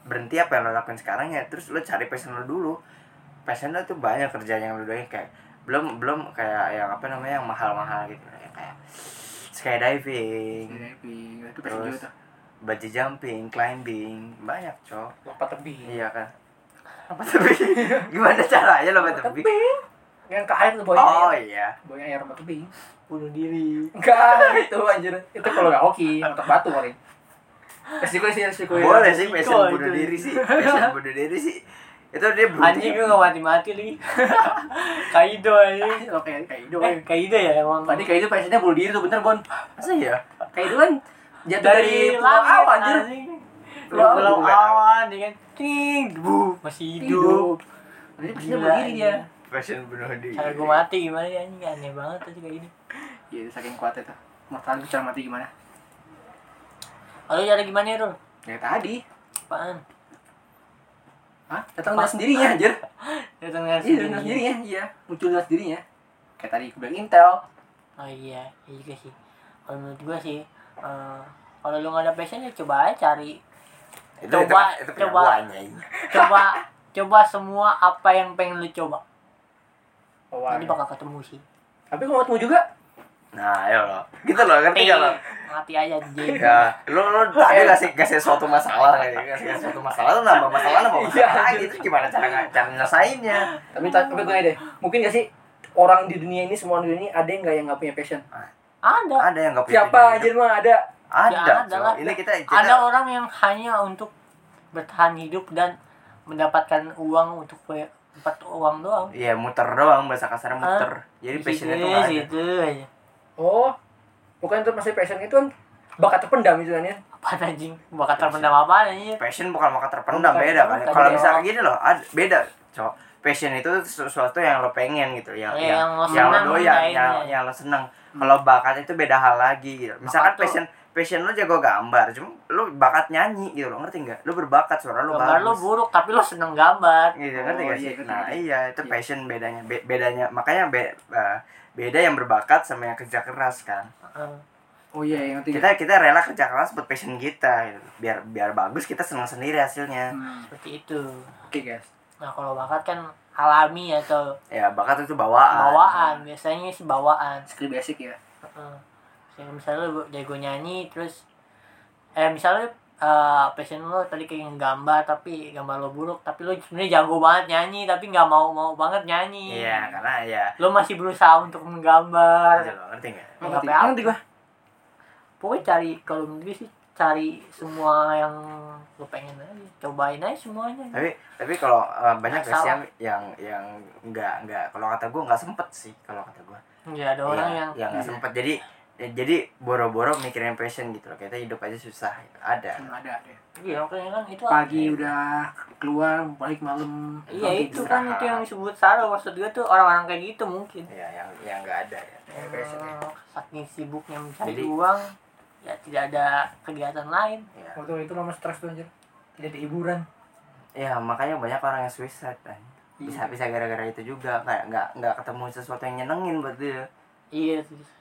berhenti apa yang lo lakuin sekarang ya, terus lo cari passion lo dulu. Passion lo tuh banyak kerjaan yang lo doain, kayak belum kayak yang apa namanya yang mahal-mahal gitu ya, kayak skydiving, itu passion terus juga tuh. bungee jumping, climbing, banyak cok. Lompat tebing. Iya kan. Apa tebing? Gimana caranya lompat tebing? Yang ke air tuh boynya Oh air. iya. Boynya air lompat tebing. Bunuh diri. Enggak, itu anjir. Itu kalau enggak hoki, lompat batu paling. Resiko. Boleh sih passion itu. bunuh diri sih. Passion bunuh diri sih. Itu dia Anjing gue gak mati-mati lagi. Kaido anjing. Oke, Kaido. Kaido ya emang. Tadi Kaido passionnya bunuh diri tuh bener, Bon. Masa ya? Kaido kan jatuh dari pulau awan anjir. Pulau awan dengan ting, masih hidup. Jadi passionnya bunuh diri dia. Passion bunuh diri. Cara gue mati gimana ya anjing, aneh banget tuh kayak gini. Iya, saking kuatnya tuh. Mau tahu cara mati gimana? Lalu cara gimana ya, Rul? Kayak tadi. Apaan? Hah? Datang dengan sendirinya anjir. Datang dengan Iya, dengan sendirinya, iya. Muncul dengan sendirinya. Kayak tadi gue bilang Intel. Oh iya juga sih. Kalau menurut gue sih, kalau lu nggak ada passion ya coba aja cari. Coba semua apa yang pengen lu coba. Jadi bakal ketemu sih. Tapi kalau ketemu juga, Nah, ayo lo. Gitu lo, ngerti gak lo? Mati aja anjing. Ya, lu tadi kasih suatu masalah kayak kasih suatu masalah, lu nambah masalah lagi. Itu gimana cara nyelesainnya? tapi gue deh. Mungkin gak sih orang di dunia ini, semua di dunia ini ada yang nggak punya passion? Ada. Ada yang enggak punya. Siapa anjir mah ada? Ada. Ya, ada lah. Ini kita Ada orang yang hanya untuk bertahan hidup dan mendapatkan uang untuk dapat uang doang. Iya, muter doang, bahasa kasarnya muter. Jadi passionnya tuh nggak ada. Gitu aja. Oh, bukan itu masih passion itu kan bakat terpendam itu kan ya? Apaan anjing? Bakat terpendam apaan anjing? Passion bukan bakat terpendam, Bukan, beda kan. bukan. Kalau misalnya gini loh, beda. Cowok. Passion itu sesuatu yang lo pengen gitu, yang lo yang senang lo doyan, ngerjainnya. yang lo seneng. Kalau bakat itu beda hal lagi gitu. Misalkan Bakat tuh- passion lo jago gambar, cuma lo bakat nyanyi gitu, lo ngerti nggak? Lo berbakat, suara lo Gambar lo bagus. buruk tapi lo seneng gambar. Gitu, Oh, ngerti gak iya, sih? ngerti, Nah, ngerti. iya, itu Iya. passion bedanya. Bedanya makanya beda yang berbakat sama yang kerja keras kan. Oh iya, yang ngerti. Kita rela kerja keras buat passion kita gitu. Biar bagus, kita senang sendiri hasilnya. Seperti itu. Oke guys. Nah kalau bakat kan alami atau Ya, bakat itu bawaan. bawaan. Biasanya sih bawaan. Skill basic ya. Misalnya lo jago nyanyi terus misalnya passion lo tadi kayak gambar tapi gambar lo buruk tapi lo sebenarnya jago banget nyanyi tapi nggak mau banget nyanyi. Iya, karena ya Lo masih berusaha untuk menggambar. aja lo, ngerti nggak? Nggak Ngerti. apa-apa. Ngerti gua. Pokoknya cari, kalau menurut gue sih cari semua yang lo pengen aja, cobain aja semuanya. Tapi kalau banyak Nggak guys salah. yang nggak, kalau kata gue nggak sempet sih, kalau kata gue. Ya ada orang yang nggak sempet, jadi boro-boro mikirin passion gitu loh, kita hidup aja susah. Ada. Ada. iya makanya kan itu Pagi udah keluar, balik malam. iya itu istirahat. kan itu yang disebut saro, maksud gue tuh orang-orang kayak gitu mungkin Ya, yang nggak ada ya. Passion ya. saking sibuknya mencari Jadi- uang ya tidak ada kegiatan lain. Ya. Waktu itu lama stres tuh anjir. Tidak ada hiburan. Ya, makanya banyak orang yang suicide kan. Bisa gara-gara itu juga, kayak nggak ketemu sesuatu yang nyenengin buat dia. Iya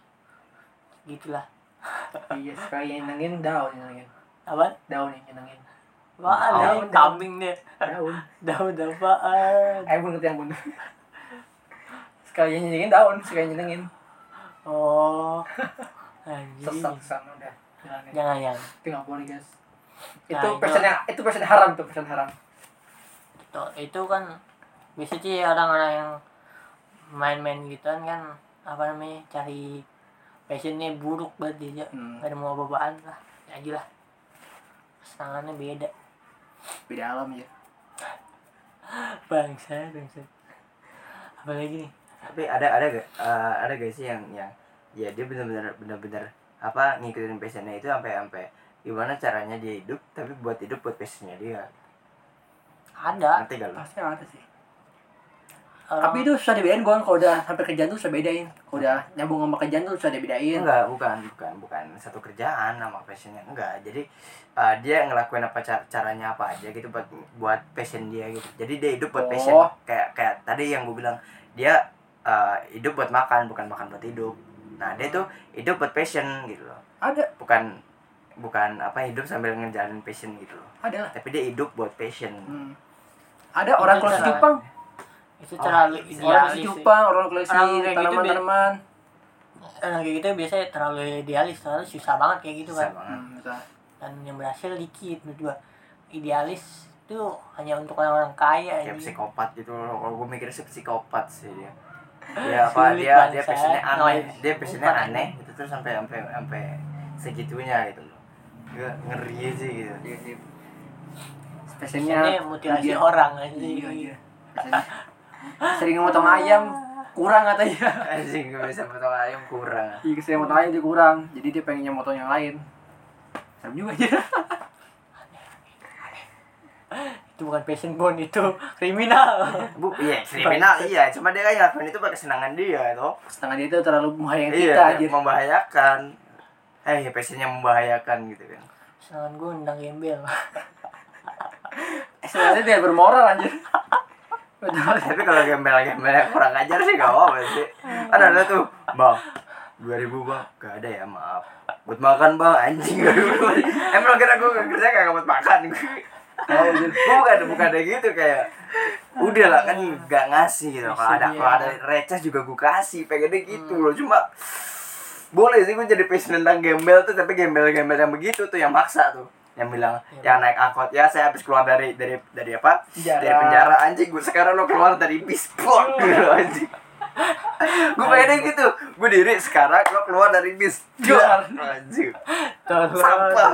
gitulah. Iya, sekali yang nyenengin daun yang nyenengin. Apa? Daun yang nyenengin. Apaan ya? Daun. Kambing deh. Daun. Daun apaan? Ayo pun ngerti yang pun. Sekali yang nyenengin daun, sekali yang nyenengin. Oh. Anjing. Sesat sana udah. Jangan. Itu nggak boleh guys. Nah, Itu itu- passion haram tuh, passion haram. Itu kan biasa sih orang-orang yang main-main gituan kan apa namanya cari passionnya buruk banget dia. Gak ada mau apa-apaan lah. Ya aja lah. Kesenangannya beda. Beda alam ya. Bangsa. Apa lagi nih? Tapi ada gak sih yang ya dia benar-benar apa ngikutin passionnya itu sampai gimana caranya dia hidup, tapi buat passionnya dia. Ada. Ngerti gak lo? Pasti ada sih. Orang- Tapi itu susah dibedain Gon, kalau udah sampai kerjaan tuh susah bedain. Kalau udah nyambung sama kerjaan tuh susah dibedain. Enggak, bukan satu kerjaan sama passionnya, enggak. Jadi dia ngelakuin apa caranya apa aja gitu buat passion dia gitu. Jadi dia hidup buat passion. Oh. Kayak tadi yang gue bilang, dia hidup buat makan, bukan makan buat hidup. Nah, dia tuh hidup buat passion gitu loh. Ada. Bukan bukan apa hidup sambil ngejalanin passion gitu loh. Ada lah. Tapi dia hidup buat passion. Ada orang Itu koleksi cara- Jepang. Itu terlalu Orang idealis koleksi sih. Jepang, orang koleksi Orang kayak gitu tanaman-tanaman. Kayak gitu biasanya terlalu idealis, soalnya susah banget kayak gitu Susah kan. banget. Bisa. Dan yang berhasil dikit berdua. Idealis itu hanya untuk orang-orang kaya Kayak ini. psikopat gitu loh. Kalau gue mikir sih psikopat sih dia. Dia apa Sulit dia bangsa. passionnya aneh. Oh, Dia passionnya bukan aneh gitu terus sampai segitunya gitu loh. Gue ngeri aja gitu. Iya sih. Biasanya mutilasi dia- orang aja. Iya, iya. Sering motong ayam kurang katanya. Anjing gue bisa potong ayam kurang. Iya, sering motong ayam dia kurang. Jadi dia pengennya motong yang lain. Serem juga aja. Itu bukan passion bond, itu kriminal. Iya, kriminal iya, cuma dia kan ngelakuin itu pakai kesenangan dia toh. Setengah dia itu terlalu membahayakan Iya, kita aja. membahayakan. Passionnya membahayakan gitu kan. Senangan gue nendang gembel. Sebenarnya dia bermoral anjir. Betul. Tapi kalau gembel-gembelnya kurang ajar sih gak apa-apa sih. Ada tuh, bang 2000 bang, gak ada ya maaf. Buat makan bang, anjing. Emang kira gue kerja kagak buat makan. Gue bukan kayak gitu kayak udah lah kan gak ngasih gitu. Kalau ada receh juga gue kasih, pengennya gitu loh. Cuma boleh sih gue jadi passion tentang gembel tuh, tapi gembel-gembel yang begitu tuh yang maksa tuh. Yang bilang yang naik angkot ya saya habis keluar dari apa Penjara. dari penjara anjing gue sekarang lo keluar dari bis plok gitu anjing gue pengennya gitu gue diri sekarang lo keluar dari bis anjing sampah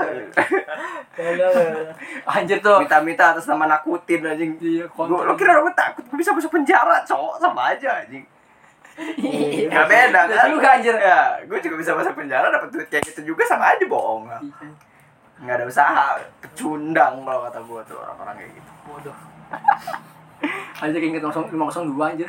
Anjir tuh. minta atas nama nakutin anjing Iya, lo kira gue takut gue bisa masuk penjara cowok sama aja anjing nggak beda kan juga anjir. ya gue juga bisa masuk penjara dapat duit kayak gitu juga sama aja bohong lah nggak ada usaha pecundang kalau kata gue tuh orang-orang kayak gitu. Bodoh. Anjir inget 502 anjir.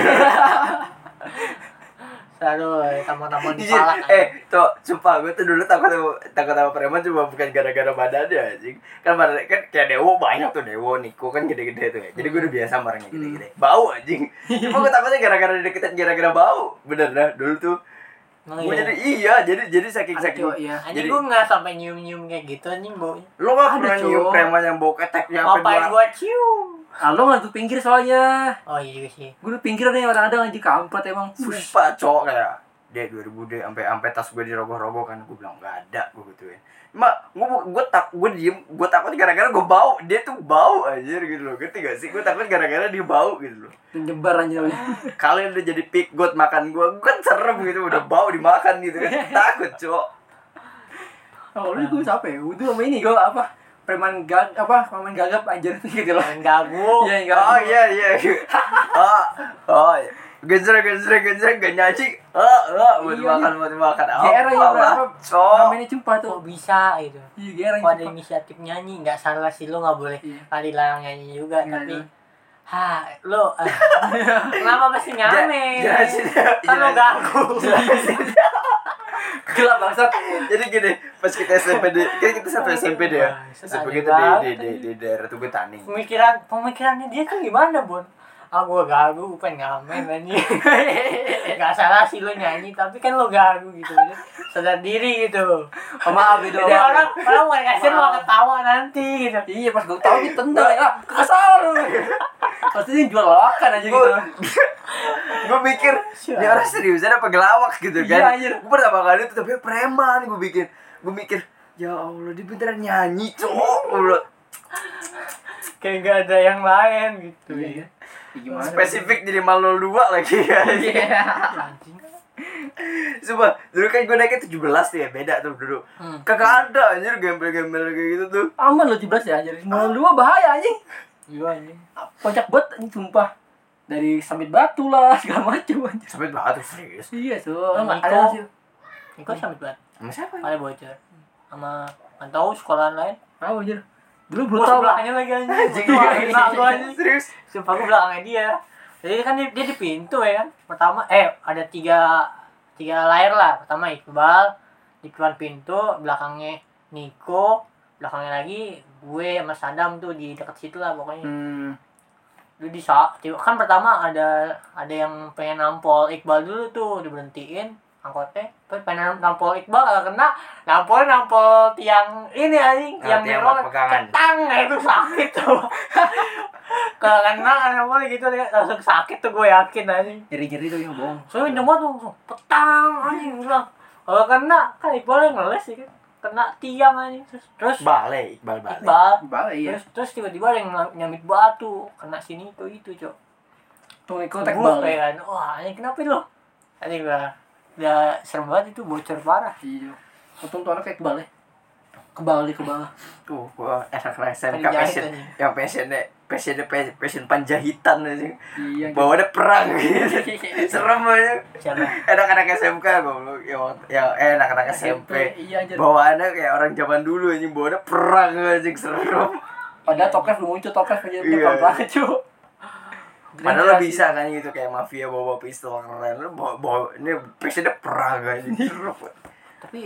Selalu tamu-tamu Jijik. dipalak. Tuh, sumpah gue tuh dulu takut sama preman cuma bukan gara-gara badannya anjing. Kan badan kan kayak Dewo banyak tuh Dewo, Niko kan gede-gede tuh ya. Jadi gue udah biasa sama orangnya gede-gede. Bau anjing. Cuma gue takutnya gara-gara dideketin gara-gara bau. Bener dah, dulu tuh. Gue jadi saking Iya. Anjing gue nggak sampai nyium-nyium kayak gitu anjing baunya. lo gak pernah Ada, nyium Cok. preman yang bau keteknya sampai Ngapain dua gue cium? Ah, lo nggak tuh pinggir soalnya. Oh iya juga sih. Gue udah pinggir nih orang-orang anjir kampret emang. Sumpah cowok kayak deh 2000 deh sampai tas gue dirogoh-rogoh kan gue bilang nggak ada gue gituin. Gue diem gue takut gara-gara gue bau dia tuh bau anjir gitu loh ngerti gak sih gue takut gara-gara dia bau gitu loh. Nyebar anjir. Kalian udah jadi pick god makan gue kan serem gitu udah bau dimakan gitu kan takut cowok. Oh, lu gue siapa ya? Udah sama ini gue apa? Preman gagap anjir gitu loh. Yang gagu. Iya, enggak. Iya oh genjreng gak nyaci buat Iya, makan GR aja berapa? cowok Namanya cumpa tuh. Kok bisa gitu? Iya, GR Kok ada aja. inisiatif nyanyi, nggak salah sih lo nggak boleh Iya. kali larang nyanyi juga, Iya, tapi iya. lo kenapa masih ngamen? Jelasin. Kan lo gagu. Gelap bangsat. Jadi gini, pas kita SMP kita sampai SMP deh ya. SMP kita di daerah Tugu Tani. Pemikirannya dia kan gimana, Bon? Gue gagu, pengen ngamen anjing. Gak salah sih lo nyanyi, tapi kan lo gagu gitu. Sadar diri gitu. Oh, maaf itu. Jadi orang mau kasih lo ketawa nanti gitu. Iya, pas gue tahu dia tendang ya. Kesal lu. Pasti dia jual lawakan aja gitu. Gue mikir, ini orang seriusan apa gelawak gitu Iya, kan. anjir. Gue pertama kali itu tapi preman gue mikir, ya Allah dia beneran nyanyi cowok. Kayak gak ada yang lain gitu. Iya. Gimana? Spesifik jadi 502 lagi ya. Iya. Anjing. Sumpah, dulu kan gue naiknya 17 tuh ya, beda tuh dulu. Kagak ada anjir gembel-gembel kayak gitu tuh. Aman lo 17 ya anjir. 92 bahaya anjing. Iya anjing. Kocak banget anjing sumpah. Dari Samit Batu lah segala macam anjir. Sampai banget serius. Iya, so. Niko. Ada sih. Niko sampai banget. Sama siapa? Ada bocor. Sama nggak tahu sekolahan lain. Tahu anjir. Dulu Gue brutal lah. sebelahnya lagi anjing. Anjing. Gue anjing. Serius. Sumpah gue belakangnya dia. Jadi kan dia di pintu ya kan. Pertama ada tiga layar lah. Pertama Iqbal di depan pintu, belakangnya Niko, belakangnya lagi gue sama Sadam tuh di dekat situ lah pokoknya. Lu kan pertama ada yang pengen nampol Iqbal dulu tuh diberhentiin. angkotnya terus pengen nampol Iqbal gak kena, nampol tiang ini anjing, tiang buat pegangan. ketang itu sakit tuh. Kalau kena nampol gitu langsung sakit tuh gue yakin anjing. Nyeri-nyeri tuh yang bohong. Soalnya nyoba tuh langsung petang anjing bilang. Kalau kena kan Iqbal yang ngeles sih kan. Kena tiang anjing terus Iqbal. Iya. Terus tiba-tiba ada yang nyamit batu kena sini itu cok. Tuh kontak Bal balik. kan. Wah, ini kenapa lu? Anjing gua. Ya serem banget itu, bocor parah. Iya. Untung tuh anak kayak kebalik. Kebal. Tuh, gua enak SMK Penjahit passion. aja. Yang passion penjahitan aja. Iya. Bawa ada perang gitu. Serem aja. Siapa? Anak-anak SMK goblok. Ya anak-anak SMP. Iya anjir. Bawaannya kayak orang zaman dulu anjing, bawa ada perang anjing serem. Padahal Tokres belum muncul, Tokres punya Iya. perang banget cuy. Padahal lo bisa kan gitu kayak mafia bawa pistol keren, lo bawa ini passionnya perang anjing. Serem. Tapi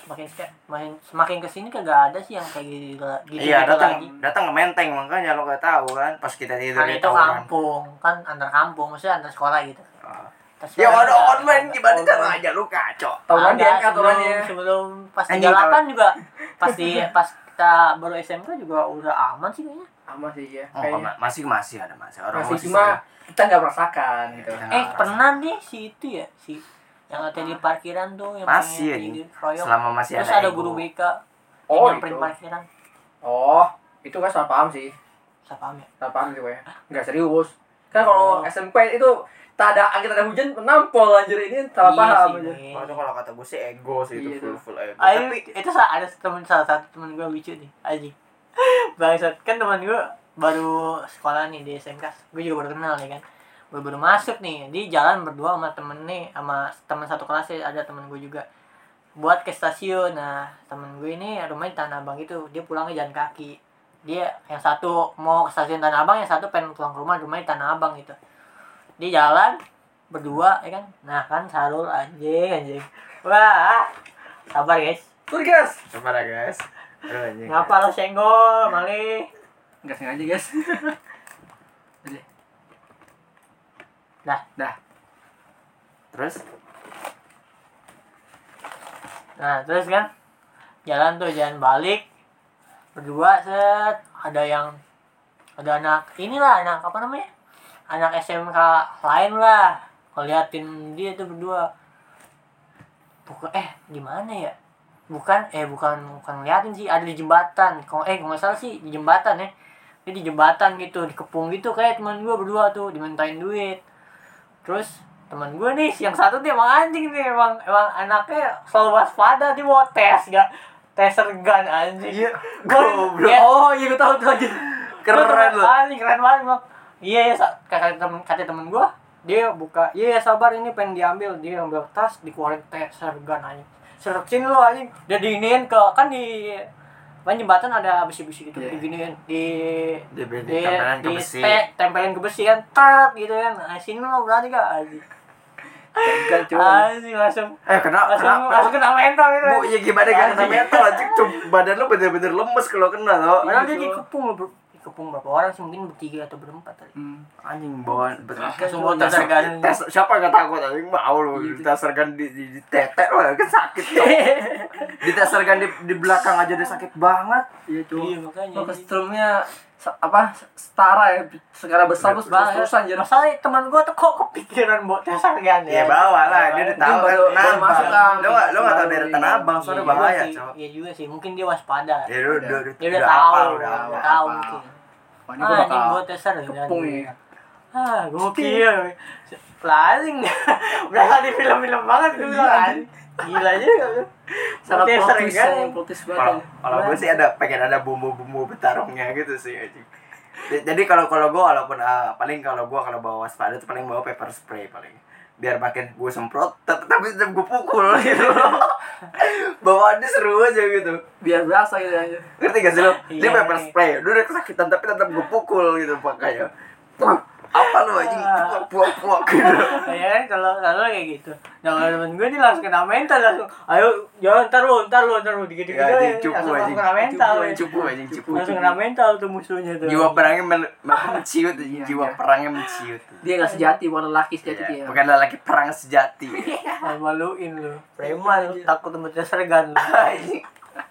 semakin kesini kagak ada sih yang kayak gitu Iya, lagi. datang ke Menteng, makanya lo gak tahu kan pas kita tidur Kan di itu tawuran. kampung, kan antar kampung, maksudnya antar sekolah gitu. Ah. Terus Ya ada ada online gimana online. caranya lu kacau. Tawuran Ada dia aturannya. sebelum pas Anjing, 38 juga pas kita baru SMK juga udah aman sih kayaknya. Sama sih ya. Oh, Kayaknya. masih ada orang Masih cuma kita nggak merasakan gitu. Nah, Pernah nih si itu ya, si yang ada di parkiran tuh yang Masih, pengen anjing. dikeroyok. Selama masih Terus ada ada ego. guru BK Oh, yang nyamperin itu. parkiran. Oh, itu kan salah paham sih. Siapa ya? Salah paham gitu ya. Enggak serius. Kan kalau Oh. SMP itu tak ada angin, tak ada hujan, nampol anjir, ini salah Iya paham sih, aja. Nih. Oh, itu kalau kata gue sih ego sih, itu Iya, full ego. Ayo, Tapi itu ada salah satu temen gue lucu nih, anjing. Bangsat, kan teman gue baru sekolah nih di SMK. Gue juga baru kenal nih kan. Baru masuk nih, di jalan berdua sama temen nih, sama teman satu kelas ada temen gue juga. Buat ke stasiun. Nah, temen gue ini rumahnya di Tanah Abang gitu. Dia pulangnya jalan kaki. Dia yang satu mau ke stasiun Tanah Abang, yang satu pengen pulang ke rumahnya di Tanah Abang gitu. Dia jalan berdua ya kan. Nah, kan Sarul anjing. Wah, sabar guys. Tuh guys. coba dah guys. Aduh anjing. Ngapa lo senggol, Mali? Enggak sengaja guys. Dah. Terus Nah, terus kan jalan balik berdua set ada anak apa namanya? Anak SMK lain lah. Kalau liatin dia tuh berdua. Gimana ya? Bukan ngeliatin sih, ada di jembatan. Kalau nggak salah sih di jembatan ya. Dia di jembatan gitu, dikepung gitu kayak teman gue berdua tuh dimintain duit. Terus teman gue nih yang satu tuh emang anjing nih, emang anaknya selalu waspada, dia mau tes gun anjing. Iya, Goblok. Oh, iya gue tahu tuh anjir. keren loh. Anjing keren banget bang. Iya kata temen gue, dia buka, sabar ini pengen diambil, dia ambil tas, dikeluarin taser gun anjing. Searchin lo anjing. Dia diinin ke kan di jembatan ada besi-besi gitu, Yeah. diginiin Ditempelin ke besi. tempelin ke besi kan, tak gitu kan. Nah, sini lo berani gak anjing? Kan cuy. Anjing langsung Langsung kena mental gitu. Bu, ya gimana gak kena mental anjing, badan lo bener-bener lemes kalau kena lo. Padahal dia dikepung berapa orang sih, mungkin bertiga atau berempat tadi. Anjing bawaan Langsung bawa taser gun. Siapa yang gak takut anjing, mau lo ditaserkan di tetek lo kan sakit tuh. Ditaserkan di belakang aja udah sakit banget. Iya cuy. Iya, makanya. Lo kestrumnya setara ya, segala besar terus terusan anjir. Masalahnya teman gue tuh kok kepikiran buat taser gun Ya bawa lah, dia udah tahu kan baru Tanah masuk Abang. kan. Lo gak tau daerah Tanah Abang, soalnya bahaya cowok. Iya juga sih, mungkin dia waspada. Ya udah Dia udah tahu, hafal, udah hafal. tahu mungkin. Wah, ini gue Anjing bakal buat taser kepung nih. Gokil. Anjing. Berasa di film-film banget gue bilang. Gila juga lu. Sangat Taser protis, gun. protis Kalau banget. gue sih pengen ada bumbu-bumbu bertarungnya gitu sih anjing. Jadi kalau gue walaupun paling kalau bawa waspada tuh paling bawa pepper spray paling. Biar makin gue semprot tapi tetap gue pukul gitu. Bawaannya seru aja gitu. Biar berasa gitu aja. Ngerti gak sih lo? Dia Iya, pepper iya. spray, dia udah kesakitan tapi tetap gue pukul gitu pakainya. Apa lu anjing? Puak gitu. Ya kan kalau kayak gitu. Nah kalau temen gue nih langsung kena mental langsung. Ayo jangan ntar lu dikit-dikit Ya, aja. cupu Langsung anjing. kena mental. Cupu. Langsung kena mental tuh musuhnya tuh. Jiwa perangnya menciut, Iya, jiwa iya. perangnya menciut. Dia nggak sejati, bukan lelaki sejati Iya, dia. bukan lelaki perang sejati. Maluin lu. Preman lu, takut tempatnya sergan lu. Anjing.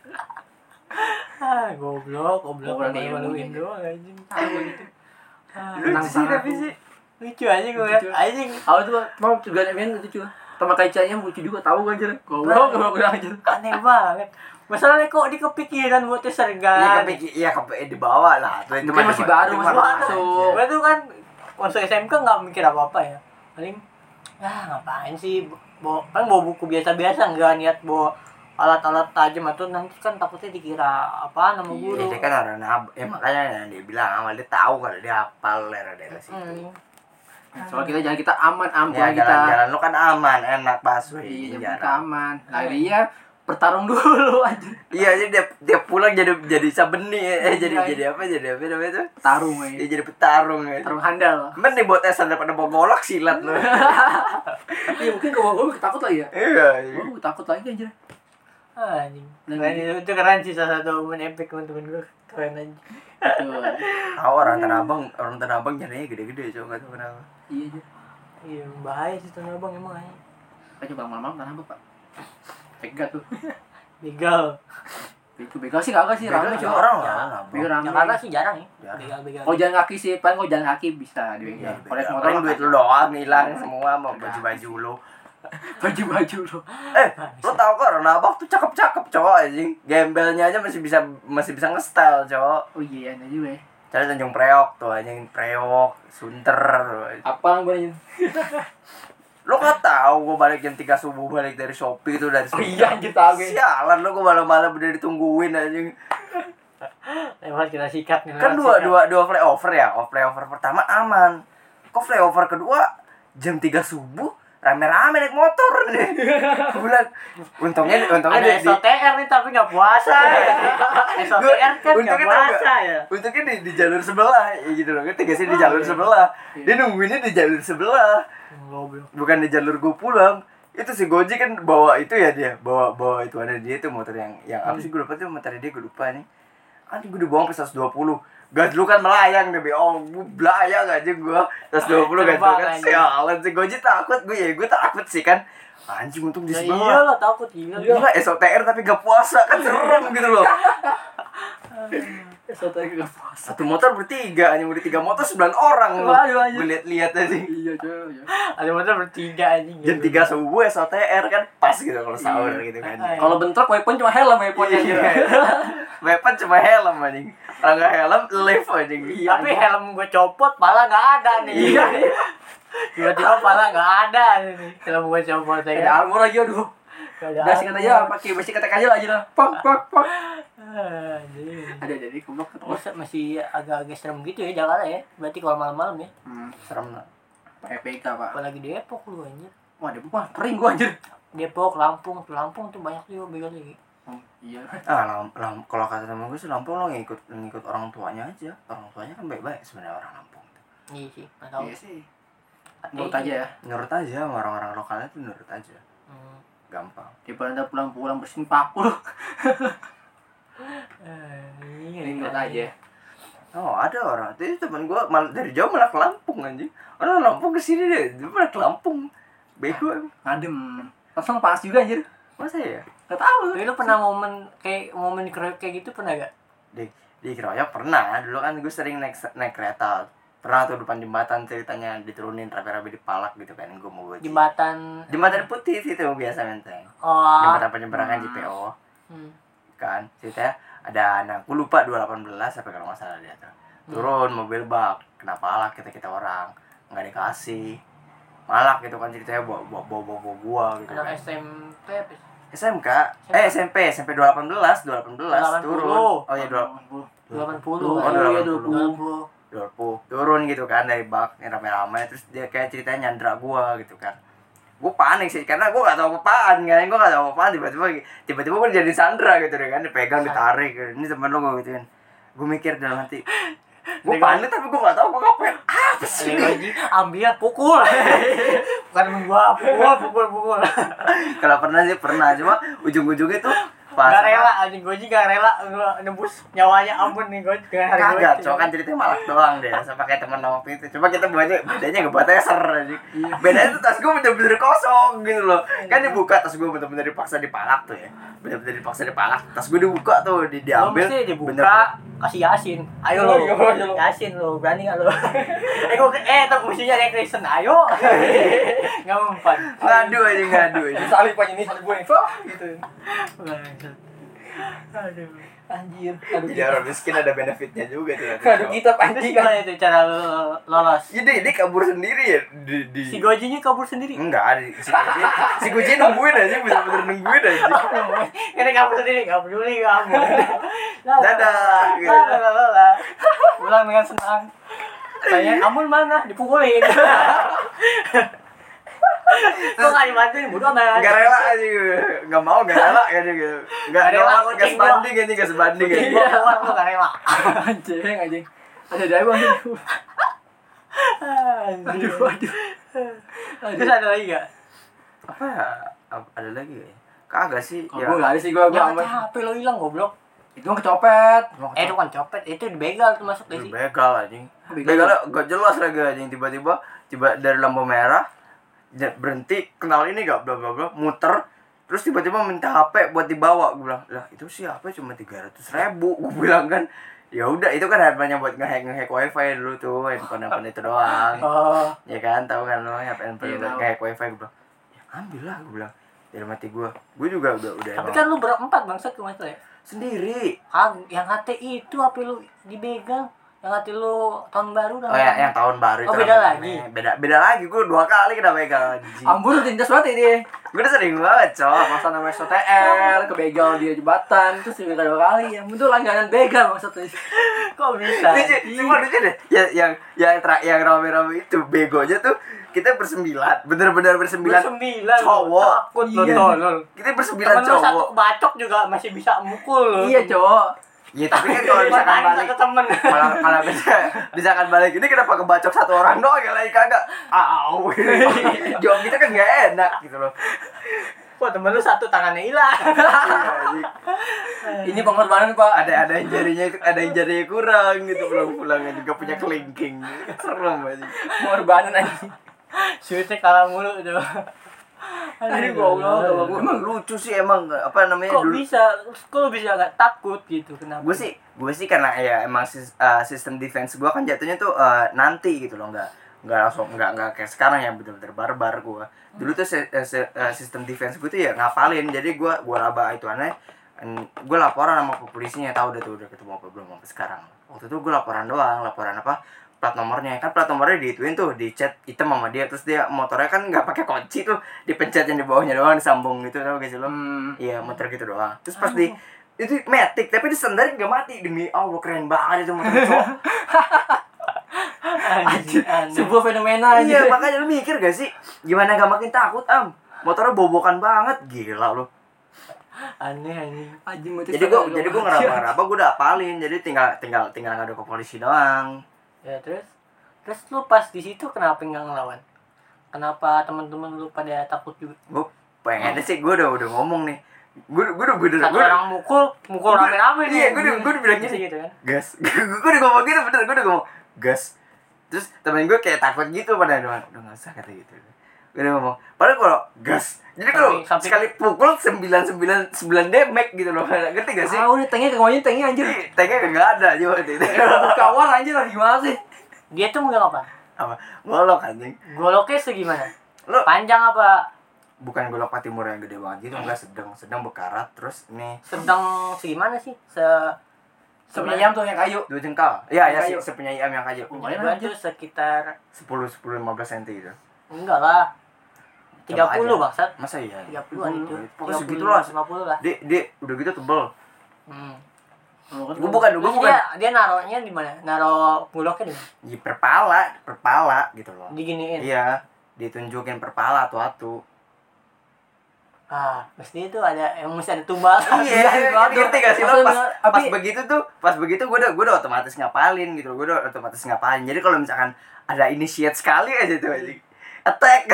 Goblok Goblok, maluin iya. doang anjing. Tahu gitu. Lucu sih tapi sih. Lucu anjing gue liat. Anjing. Awal tuh mau juga event lucu. Sama kaitannya lucu juga tahu gak anjir. Goblok anjir. Aneh banget. Masalahnya kok di kepikiran buat sergan. Iya di bawah lah. Tuh, Mungkin masih baru, masih masuk. Gue tuh kan masuk SMK nggak mikir apa-apa ya. Paling ngapain sih kan bawa buku biasa-biasa, nggak niat bawa alat-alat tajam atau nanti kan takutnya dikira apa nama Iya, guru. dia kan orang makanya dia bilang awal dia tahu kalau dia hafal daerah-daerah situ. Soal kita aman Ya, kita. jalan lu kan aman, enak busway. Iya, kita aman. Nah, dia bertarung dulu anjir. Iya, jadi dia pulang jadi sabeni jadi Iya. apa namanya tuh? Tarung Dia jadi petarung ya. Tarung handal. Mending buat esan daripada bawa golok silat lu. Iya, mungkin kalau gue takut lagi ya. Iya. Gue takut lagi anjir. Anjing. Keren, itu keren sih salah satu momen epic teman-teman gue. Keren aja. Betul. Tahu orang Tanah Abang nyarinya gede-gede coba enggak tahu kenapa. Iya aja. Iya, bahaya sih Tanah Abang emang aja. Kayak coba malam-malam kenapa, Pak? Pegat tuh. Begal. Begal sih kagak sih rame Begal cuma orang Ya. lah. Begal rame. Jakarta sih jarang ya. Jarang. Begal-begal. Oh jalan kaki sih, paling jalan kaki bisa di Iya, begal. Kalau paling motor duit lu doang hilang semua mau baju-baju lu. baju lo. Lu tau kok Tanah Abang tuh cakep-cakep cowok anjing. Gembelnya aja masih bisa nge-style cowok. Oh iya, ada juga ya. Cari Tanjung Priok tuh anjing, Priok, Sunter. Apa gue nanya? Lu gak tahu gua balik jam 3 subuh balik dari Shopee tuh dari Oh iya anjir tahu gue. Sialan lu gua malam-malam udah ditungguin anjing. Lewat kita sikat nih. Kan dua flyover ya. Flyover pertama aman. Kok flyover kedua jam 3 subuh rame-rame naik motor nih. Bulan untungnya Ada SOTR nih tapi nggak puasa. SOTR kan nggak puasa ya. Untungnya di jalur sebelah ya gitu loh. Ngerti gak sih di jalur sebelah. Dia nungguinnya di jalur sebelah. Goblok. Bukan di jalur gue pulang. Itu si Goji kan bawa itu ya dia. Bawa itu ada dia tuh motor yang apa sih gue lupa tuh motor dia gue lupa nih. Anjing gue dibawa sampai 120. Gas dulu kan melayang deh, gue belayang aja gue 120 gas dulu kan sialan sih Goji takut gue takut sih kan anjing untung di sebelah. Iya lah takut gila. Gila SOTR tapi gak puasa kan serem gitu loh. SOTR gak puasa. Satu motor bertiga, anjing udah 3 motor 9 orang loh. Waduh, anjing. Gue lihat aja sih. Iya coy. Ada motor bertiga anjing. Jam 3 subuh SOTR kan pas gitu kalau sahur gitu kan. Kalau bentrok weapon cuma helm weaponnya anjir. Weapon cuma helm anjing. Kalau nggak helm lift anjing. Tapi helm gue copot malah nggak ada nih. Tiba-tiba malah nggak ada nih. Helm gue copot ya. Ada armor lagi aduh. Udah singkat aja pakai basic attack aja lah aja lah. Pak. Ada jadi goblok Masih agak-agak serem gitu ya Jakarta ya. Berarti kalau malam-malam ya. Serem lah. PPK Pak. Apalagi Depok lu anjir. Wah Depok mah kering gua anjir. Depok, Lampung tuh banyak juga begal lagi. Iya. Kalau kata temen gue sih Lampung lo ngikut orang tuanya aja. Orang tuanya kan baik-baik sebenarnya orang Lampung. Iya sih, nggak tahu. Iya sih. Nurut aja ya. Nurut aja sama orang-orang lokalnya tuh nurut aja. Gampang. Daripada pulang-pulang bersin paku lu. Iya, Nurut aja. Oh ada orang, itu temen gue dari jauh malah ke Lampung anjing. Orang Lampung kesini deh, dia malah ke Lampung. Bego emang. Ngadem. Langsung panas juga anjir. Masa ya? Gak tahu. Tapi lu pernah momen dikeroyok kayak gitu pernah gak? Di keroyok pernah, dulu kan gue sering naik kereta. Pernah tuh depan jembatan ceritanya diturunin rapi-rapi di palak gitu kan gue mau Goji. Jembatan putih itu biasa menteng. Oh. Jembatan penyeberangan JPO. Kan ceritanya ada anak, gue lupa 218 apa kalau nggak salah dia tuh. Turun mobil bak, kena palak kita orang, nggak dikasih. Malak gitu kan ceritanya bawa gua gitu. Anak Kan. SMP apa sih? SMP 218 turun. Oh iya 80. 20 turun gitu kan dari bak rame-rame terus dia kayak ceritanya nyandra gua gitu kan. Gue panik sih karena gue gak tahu apaan kan, tiba-tiba gue jadi sandra gitu deh kan, dipegang ditarik, ini temen lo gue gituin. Gue mikir dalam hati Gue panik tapi gue nggak tahu gue ngapain apa sih. Goji ambil pukul. Bukan gua pukul. Kalau pernah sih pernah, cuma ujung-ujungnya tuh pas Gak rela anjing Goji gak rela nembus nyawanya ampun nih Goji dengan hari kagak, Goji. cowok kan ceritanya malak doang deh sama kayak temen waktu itu. Coba kita bedanya ngebuat eser aja. Bedanya tuh tas gue bener-bener kosong gitu loh. Kan dibuka tas gue bener-bener dipaksa dipalak tuh ya. Bener-bener dipaksa dipalak. Tas gue dibuka tuh, diambil. Lo mesti dibuka, kasih Yasin. Ayo lo, Yasin lo, berani gak lo? Tapi musuhnya ada Kristen, ayo. Gak mempan. Ngadu aja. Salib aja nih, salib gue nih. Wah, gitu. Aduh. Anjir. Jadi orang miskin ada benefitnya juga tuh. Aduh kita Terus anjing. gimana itu cara lo lolos? Jadi dia kabur sendiri ya di Si Gojinya kabur sendiri. enggak, si Guci nungguin aja, bener-bener nungguin aja. Ini kabur sendiri, gak peduli kamu. Dadah, gitu. Lah. Pulang dengan senang. Tanya, Amun mana? Dipukulin. Kok gak dibantuin? Bodoh amat. Gak rela aja, gak mau, gak rela kan gitu. Gak rela, gak sebanding ini, gak sebanding Kucing ini. gua keluar, gua gak rela. Anjing. Ada bang. Aduh. Terus ada lagi gak? Apa ya? Ada lagi ya? Kagak sih. Gue gak ada sih, gue Ya aman. HP lo hilang goblok. Itu mah kecopet. Itu kan copet, itu dibegal tuh masuk dari sini. Begal anjing. Begalnya gak jelas lagi anjing, tiba-tiba dari lampu merah berhenti, kenal ini gak, bla bla bla, muter, terus tiba-tiba minta HP buat dibawa. Gue bilang, lah itu sih HP cuma 300.000. Gue bilang kan, ya udah itu kan HP-nya buat ngehack wifi dulu tuh, handphone itu doang. Oh. Ya kan, tahu kan lo handphone Iya, buat tahu. ngehack wifi. Gue bilang, ya ambil lah, gue bilang. Dari mati gue juga udah Tapi emang kan lu berempat bangsat ke ya. sendiri. Yang HT itu HP lu dibegal. Yang HT lu tahun baru dah. Oh ya, yang tahun baru Oh, itu beda namanya. lagi? Beda lagi, gue 2 kali kena begal anjing. Ambon udah tindas banget dia. Gue udah sering banget, cowok. Masa namanya SOTR, kebegal dia jembatan, terus juga 2 kali. Yang itu langganan begal maksudnya. Kok bisa? Cuma lucu deh. Yang rame-rame itu begonya tuh kita bersembilan, bener-bener bersembilan. Bersembilan cowok. takut lu Iya. tolol. Kita bersembilan Temen lu satu cowok. bacok juga masih bisa mukul lu. Iya, cowok. Iya, tapi kan kalau misalkan balik, satu temen. kalau misalkan balik ini kenapa kebacok 1 orang doang, yang lain kagak. Au. Jawab kita kan gak enak gitu loh. Wah, temen lu satu tangannya hilang. Iya, anjing. Ini pengorbanan, Pak. ada yang jarinya kurang gitu, pulang-pulangnya juga punya kelingking. Serem aja. Pengorbanan anjing. Shootnya kalah mulu tuh. Ini goblok. Emang lucu sih emang, apa namanya Kok dulu. lu bisa gak takut gitu? Kenapa? Gue sih karena ya emang sistem defense gue kan jatuhnya tuh nanti gitu loh, nggak langsung nggak kayak sekarang yang bener-bener barbar gue. Dulu tuh sistem defense gue tuh ya ngapalin, jadi gue laba itu aneh. Gue laporan sama polisinya, tahu udah ketemu apa belum sampai sekarang. Waktu itu gue laporan apa, plat nomornya, kan plat nomornya diituin tuh, dicat hitam sama dia, terus dia motornya kan nggak pakai kunci tuh, dipencet yang di bawahnya doang, disambung gitu, tau gak sih lo? Iya, motor gitu doang. Terus pas itu matic, tapi disendarin nggak mati, demi Allah keren banget itu motor cowok. Anjing. Sebuah fenomena Iya, aja. makanya lu mikir gak sih, gimana gak makin takut motornya bobokan banget, gila lu. Aneh. Anjing Jadi gue ngeraba-ngeraba, gue udah apalin, jadi tinggal ngadu ke polisi doang. Ya terus lu pas di situ kenapa nggak ngelawan? Kenapa teman-teman lu pada takut juga? Gue pengennya sih, gue udah ngomong nih, gue udah bener, Satu orang mukul rame-rame iya, nih. gue udah bilang gini, gitu kan. gas, gue udah ngomong gitu, bener, gue udah ngomong gas. Terus temen gue kayak takut gitu, pada udah nggak usah kata gitu. Gue udah ngomong, padahal kalau gas, jadi kalau Samping- sekali pukul 9 damage gitu loh, ngerti gak sih? Ah, udah tengnya kemauannya tengnya anjir. Tanknya nggak ada juga waktu itu. Kawan anjir lah gimana sih? Dia tuh megang apa? Apa? Golok anjing. Goloknya segimana? Lo Panjang apa? bukan golok Patimura yang gede banget gitu, enggak, sedang berkarat, terus ini Sedang segimana sih? Sepenyayam tuh yang kayu. 2 jengkal. Iya, Kayu. sepenyayam yang kayu. Lumayan Gua anjir. tuh sekitar 10 15 cm itu. enggak lah. 30 Coba aja. bangsat. Masa iya? 30-an itu. Pokoknya segitulah. 50 lah. Dia udah gitu tebel. Gue Bukan. bukan. Dia naruhnya di mana? Naruh goloknya di mana? Di perpala gitu loh. Diginiin. Iya, ditunjukin perpala atu-atu. Mesti itu ada yang mesti ada tumbal. Iya, ngerti gak sih lo Maksudnya, pas begitu gue udah otomatis ngapalin gitu, jadi kalau misalkan ada initiate sekali aja tuh anjing attack.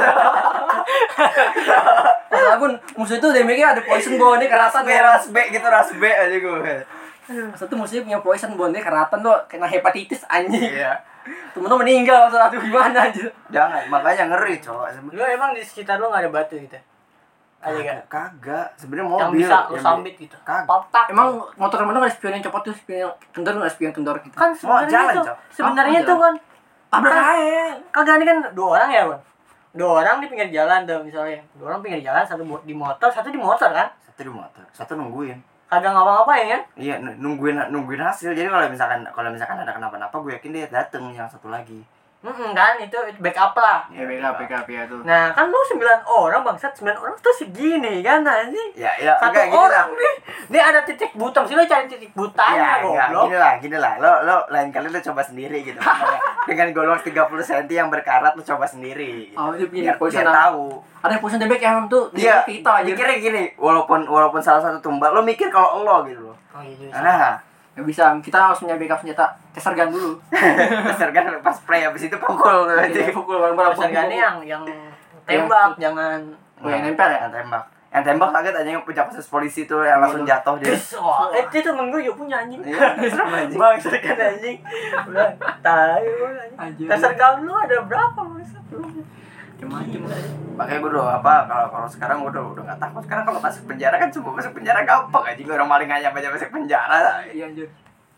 Masalah pun musuh itu damage-nya ada poison bone-nya keratan ras B aja gue. Maksud tuh musuhnya punya poison bone-nya keratan tuh kena hepatitis anjing. Iya. Temen lo meninggal saat itu gimana aja. Jangan, makanya ngeri, cowok. Lu emang di sekitar lu enggak ada batu gitu? Ada enggak? Kagak, sebenarnya Yang mobil bisa lu sambit gitu. Kagak. Potak. Emang motor mana nggak spion yang copot tuh, spion yang kendor nggak spion kendor gitu. Kan Mau sebenarnya jalan, itu. Cok. Sebenarnya Oh, itu kan Tabrak aja. kagak ini kan 2 orang ya, Bang. 2 orang di pinggir jalan tuh misalnya. 2 orang pinggir jalan, satu di motor, satu di motor kan? Satu di motor, satu nungguin. Kagak ngapa-ngapain kan? Iya, nungguin hasil. Jadi kalau misalkan ada kenapa-napa, gue yakin dia dateng yang satu lagi. Kan itu backup lah. Ya backup ya tuh. Nah, kan lu 9 orang bangsat, 9 orang tuh segini kan anjing. Ya, Satu enggak, gini orang lah. nih. Ini ada titik butam sih, lu cari titik butanya goblok. Gini lah. Lo lain kali lo coba sendiri gitu. Dengan golong 30 cm yang berkarat lo coba sendiri. Gitu. Oh, dia punya poison biar tahu. Ada yang poison damage yang tuh Iya, kita aja. mikirnya gini, walaupun salah satu tumbal, lo mikir kalau lo gitu loh. Oh iya juga. Nah, Gak bisa, kita harus punya backup senjata. Taser gun dulu. dasar kan pas spray habis itu pukul lo aja. Jadi pukul bareng-bareng. Misalnya yang tembak jangan Oh, yang nempel ya? Yang tembak kaget aja yang punya kasus polisi tuh yang langsung jatuh dia. Wah, itu temen gue juga punya anjing. Iya, serem anjing. Bangsat kan anjing. Udah, tai lu anjing. Anjing. Dasar kamu lu ada berapa bangsat lu? Macem-macem lah. Makanya gue udah kalau sekarang gue udah nggak takut. Sekarang kalau masuk penjara kan semua masuk penjara gampang aja. Orang maling aja masuk penjara. Iya anjir.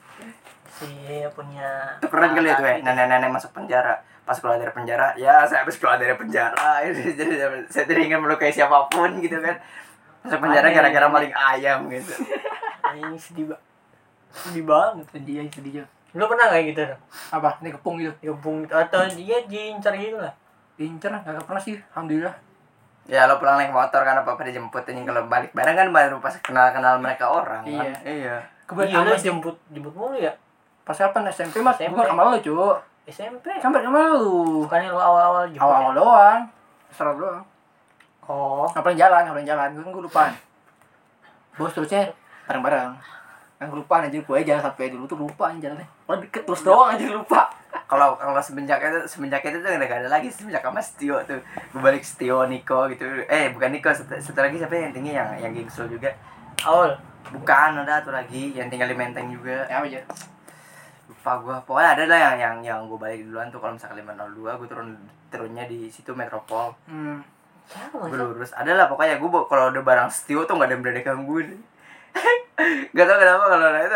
Sih punya. Itu keren kali ya tuh ya, nenek-nenek masuk penjara. Pas keluar dari penjara, ya saya habis keluar dari penjara. Jadi saya tidak ingin melukai siapapun gitu kan. Masuk penjara gara-gara maling ayam gitu. Anjing sedih banget. Sedih banget. Sedih. Lu pernah kayak gitu? Apa? Ini kepung gitu. Gabung atau dia diincar gitu lah. Pincer, gak pernah sih. Alhamdulillah. Ya lo pulang naik motor kan apa dijemput anjing, kalau balik bareng kan baru pas kenal mereka orang kan. Iya. Iya. Iya lu jemput mulu ya? Pas kapan SMP mas? SMP. Gue sama lu cu. SMP. Sampai sama lu. Bukannya lu awal-awal jemput? Awal-awal doang. Serah doang. Oh. Ngapain jalan. Gue lupa. Bos terusnya bareng-bareng. Kan gue lupa aja, gue jalan sampai dulu tuh lupa aja jalannya. Oh deket terus doang aja lupa. Kalau semenjak itu tuh udah gak ada lagi semenjak sama Setio tuh. Gue balik Setio, Niko gitu. Bukan Niko, satu lagi siapa yang tinggi yang gingsul juga. Aul. Bukan, ada tuh lagi yang tinggal di Menteng juga. Ya apa aja? Lupa gue. Pokoknya ada lah yang gue balik duluan tuh kalau misalkan 502 gue turunnya di situ Metropol. Siapa Gue maksud? lurus. Ada lah pokoknya gue kalau udah barang Setio tuh gak ada yang berani gangguin. Gak tau kenapa kalau itu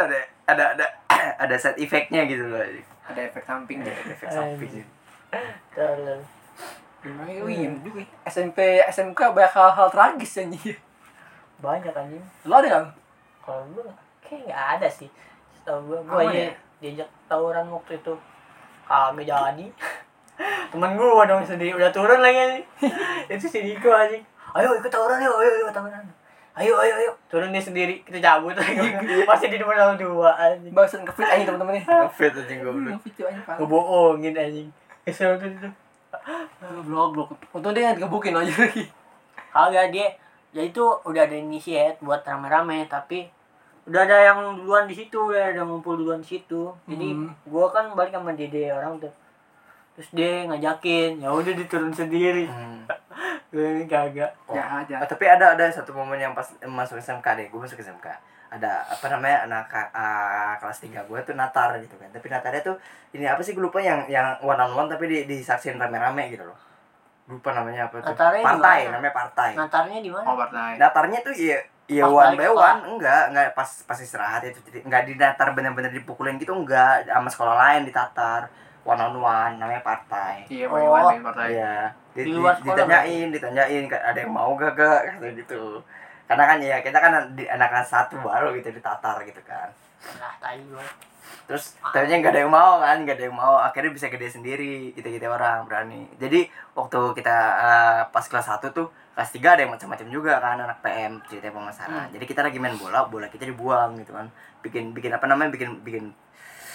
ada side effect-nya gitu loh. Ada efek samping deh. Efek samping. Dalam. Wih, juga SMP, SMK banyak hal-hal tragis anjir. Banyak anjing. Lo ada kan? Kalau gue kayak nggak ada sih. Setahu gue Aman aja ya? diajak tawuran waktu itu kagak jadi. Temen gue dong sendiri udah turun lagi anjing. Itu si Niko anjing. Ayo ikut tawuran yuk, ayo tawuran. Ayo. Turun dia sendiri, kita cabut lagi. Masih di depan orang dua anjing. Bahasan ngefit anjing teman-teman nih. Ngefit anjing gue. Ngefit cuy anjing. Ngebohongin anjing. Kesel tuh itu. Blok. Untung dia ngegebukin aja lagi. Kagak dia ya itu udah ada initiate buat rame-rame tapi udah ada yang duluan di situ, udah ada ngumpul duluan di situ. Jadi gua kan balik sama Dede orang tuh. Terus dia ngajakin, ya udah diturun sendiri. Gue ini kagak. Ya aja. Tapi ada satu momen yang pas masuk SMK deh, gue masuk SMK. Ada apa namanya anak kelas 3 gue tuh natar gitu kan. Tapi natarnya tuh ini apa sih gue lupa yang one on one tapi disaksin rame-rame gitu loh. Lupa namanya apa tuh. Natarnya Partai, dimana? namanya partai. Natarnya di mana? Oh, partai. Datarnya tuh iya Pas one balik by sekolah. one, enggak pas istirahat itu. Enggak di datar bener-bener dipukulin gitu, enggak, sama sekolah lain ditatar one on one, namanya partai. Iya, Oh. partai. Iya. Di luar sekolah Ditanyain ada yang mau gak kata gitu. Karena kan ya kita kan anak kelas 1 baru gitu ditatar gitu kan. Lah tai gue. Terus ternyata nggak ada yang mau, akhirnya bisa gede sendiri, kita orang berani. Jadi waktu kita pas kelas 1 tuh, kelas 3 ada yang macam-macam juga kan, anak PM cerita pemasaran. Jadi kita lagi main bola kita dibuang gitu kan, bikin apa namanya, bikin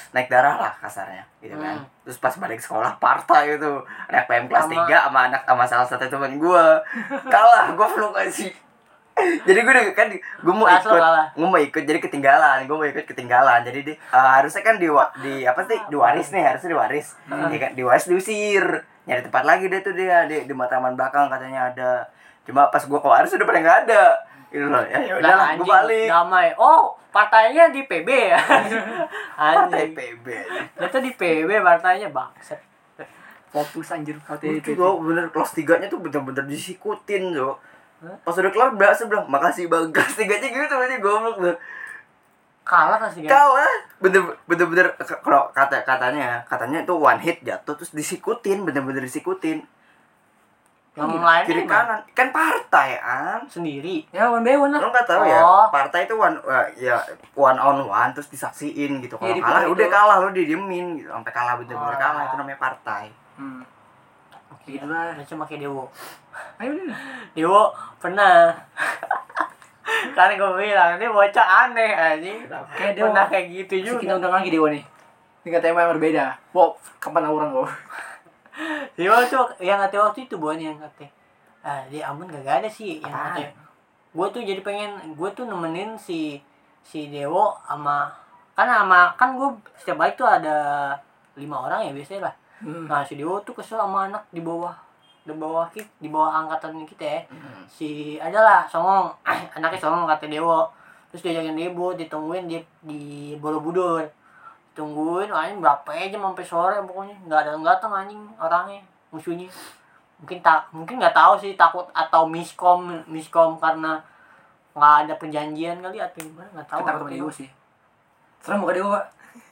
naik darah lah kasarnya gitu kan. Terus pas balik sekolah partai itu anak PM kelas 3 sama salah satu teman gue kalah, gue vlog aja. Jadi gue mau ikut jadi ketinggalan, jadi harusnya kan diwaris nih, harusnya diwaris. Ya kan diwaris diusir, nyari tempat lagi deh tuh dia di Matraman belakang katanya ada. Cuma pas gue keluar sudah pada nggak ada. Gitu loh. Ya udahlah, gue balik. Damai. Oh, partainya di PB ya. Partai PB. Itu di PB partainya bangsat. Fokus anjir itu bener kelas 3-nya tuh bener-bener disikutin tuh. Pas udah kelar berasa bilang makasih bang, kelas 3-nya gitu aja goblok tuh. Kalah sih kan. Kalah. Bener-bener kalau katanya itu one hit jatuh terus disikutin, bener-bener disikutin. Yang lain kiri kanan kan partai sendiri. Ya one by one lah. Lo nggak tahu ya partai itu one on one terus disaksiin gitu. Kalau kalah udah kalah, lo didiemin gitu sampai kalah, bener-bener kalah, itu namanya partai. Oke lah, cuma kayak Dewo. Ayo deh. Dewo pernah. Kan gue bilang ini bocah aneh anjing. Kayak Dewo pernah kayak gitu juga. Kita undang lagi Dewo nih. Tingkat tema yang berbeda. Wow, kapan orang gue? Dewo tuh yang kata waktu itu bukan yang kata. Dia ampun gak ada sih yang kata. Gue tuh jadi pengen, gue tuh nemenin si Dewo kan gue setiap balik tuh ada 5 orang ya biasanya lah. Nah si Dewo tuh kesel sama anak di bawah angkatan kita ya. Si adalah songong, anaknya songong kata Dewo. Terus diajakin Dewo ditungguin di Borobudur. Tungguin anjing berapa jam sampai sore pokoknya nggak datang anjing orangnya, musuhnya. Mungkin nggak tahu sih, takut atau miskom karena nggak ada perjanjian kali atau gimana, nggak tahu. Kita ketemu Dewo sih. Serem muka Dewo, Pak.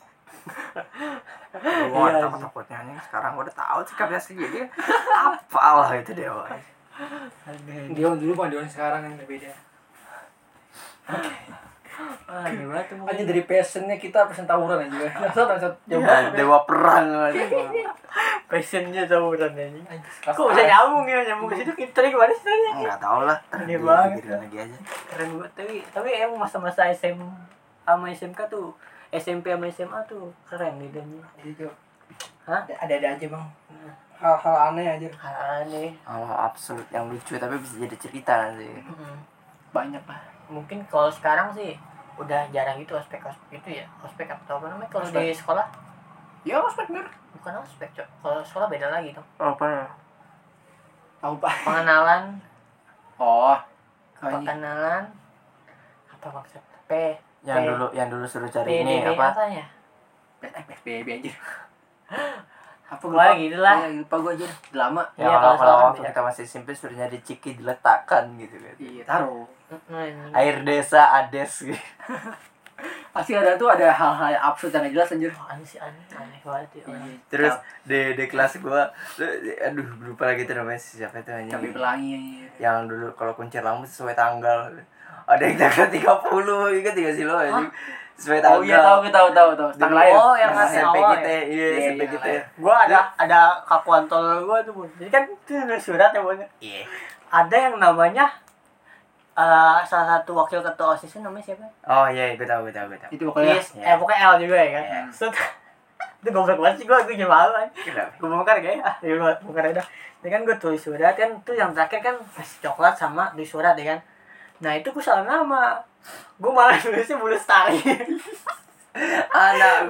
Gue takutnya anjing, sekarang gue udah tahu sikapnya sih jadi apalah itu Dewo. Dewo dulu bang, Dewo sekarang yang berbeda. Gimana tuh? Aja dari passionnya kita passion tawuran aja. Dewa perang aja. Passionnya tawuran anjing. Kok bisa nyambung ke situ, kita gimana sih tadi? Nggak tahu lah. Ini banget. Lagi aja. Keren banget tapi emang masa-masa SM sama SMK tuh, SMP sama SMA tuh keren lidahnya. Gitu. Hah? Ada aja bang. Hal-hal aneh aja. Aneh. Hal absurd yang lucu tapi bisa jadi cerita nanti. Banyak lah. Mungkin kalau sekarang sih udah jarang gitu ospek itu ya. Ospek atau apa namanya kalau di sekolah? Ya ospek bener. Bukan ospek, Cok. Kalau sekolah beda lagi dong. Apa ya? Tahu Pak. Pengenalan. Pengenalan. Apa maksud? Yang dulu suruh cari ini apa? apanya? PSBB aja. Apa gua gitu lah. Ya, lupa gua aja. Udah lama. Ya, kalau waktu kita masih SMP suruh nyari ciki diletakkan gitu kan. Iya, taruh. Air desa ades gitu. Pasti ada hal-hal absurd yang jelas anjir. Aneh banget ya. Terus di kelas gua aduh lupa lagi tuh namanya siapa itu anjing. Cabai pelangi anjir. Yang dulu kalau kunci rambut sesuai tanggal. Ada yang tanggal 30, ingat enggak sih lo anjing? Sesuai tanggal. Oh iya tahu. Tanggal lahir. Oh, yang SMP awal kita. Iya, SMP kita. Gua ada kakuan tol gua tuh, Bun. Jadi kan itu surat ya, Bun. Iya. Ada yang namanya salah satu wakil ketua OSIS namanya siapa? Oh iya, gue tahu. Itu pokoknya. Pokoknya L juga ya kan. Iya. Itu goblok banget sih gua jadi malu kan. Kenapa? Gue bongkar kayak gua bongkar aja. Ini kan gue tulis surat kan, tuh yang terakhir kan kasih coklat sama tulis surat ya kan. Nah itu gue salah nama. Gue malah tulisnya Bulestari. Anak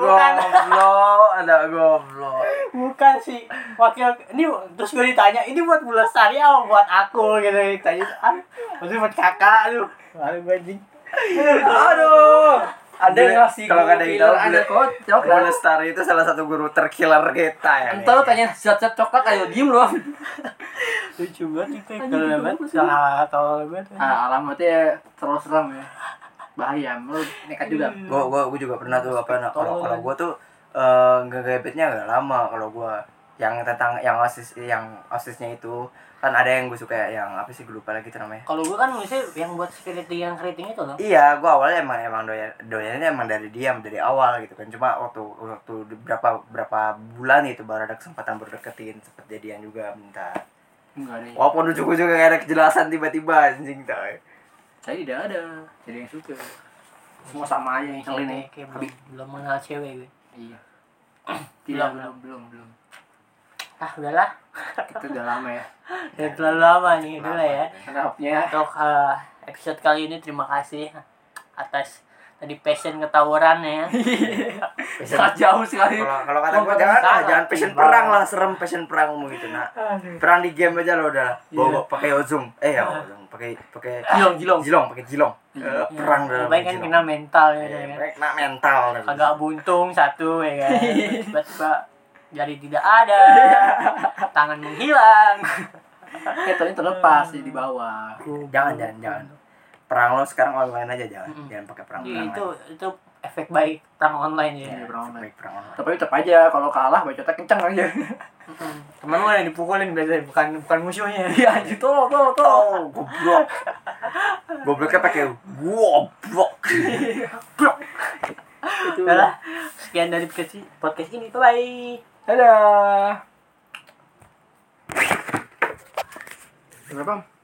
goblok. Bukan sih wakil ini, terus gue ditanya ini buat Bulestari apa buat aku gitu, ditanya maksudnya buat kakak lu. Lalu gue anjing. Aduh. Ada yang ngasih kalau ada yang tahu ada kocok. Bulestari itu salah satu guru terkiller kita ya. Entar tanya zat-zat coklat ayo diem lu. Lucu banget itu kalau banget salah atau banget. Alamatnya terus seram ya. Bahaya, lu nekat juga. Gua juga pernah tuh kalau gua tuh ngegebetnya agak lama kalau gua yang tentang yang osisnya itu kan ada yang gue suka yang apa sih, gue lupa lagi itu namanya. Kalau gue kan misalnya yang buat security yang keriting itu loh. Iya, gue awalnya emang doyannya emang dari awal gitu kan. Cuma waktu berapa bulan itu baru ada kesempatan berdeketin, sempet jadian juga bentar. Enggak ada. Walaupun ujung-ujungnya gak ada kejelasan tiba-tiba anjing tau. Saya tidak ada. Jadi yang suka. Semua sama aja yang selin nih. Kayak belum mengenal cewek gue. Iya. Tidak, belum. Ah udahlah. Itu udah lama ya. Udah terlalu lama nih udahlah ya. Kenapnya? Untuk episode kali ini terima kasih atas tadi passion ketawuran ya. Sangat jauh sekali. Kalau kata gua jangan passion perang lah, serem passion perangmu gitu nak. Perang di game aja lo udah. Bawa pakai ozum. Ozum pakai jilong pakai jilong. Perang dalam. Baik kan kena mental ya. Baik nak mental. Agak buntung satu ya kan. Tiba-tiba jari tidak ada. Tangan menghilang. Ketanya terlepas di bawah. Jangan. Perang lo sekarang online aja jangan pakai perang. Itu efek baik perang online ya. Perang online. Perang online. Tapi tetap aja kalau kalah bacotnya kencang aja. Temen lo yang dipukulin biasanya bukan musuhnya. Iya, gitu tuh. Goblok. Gobloknya pakai goblok. Itu. Udah, sekian dari podcast ini. Bye. Dadah. Berapa?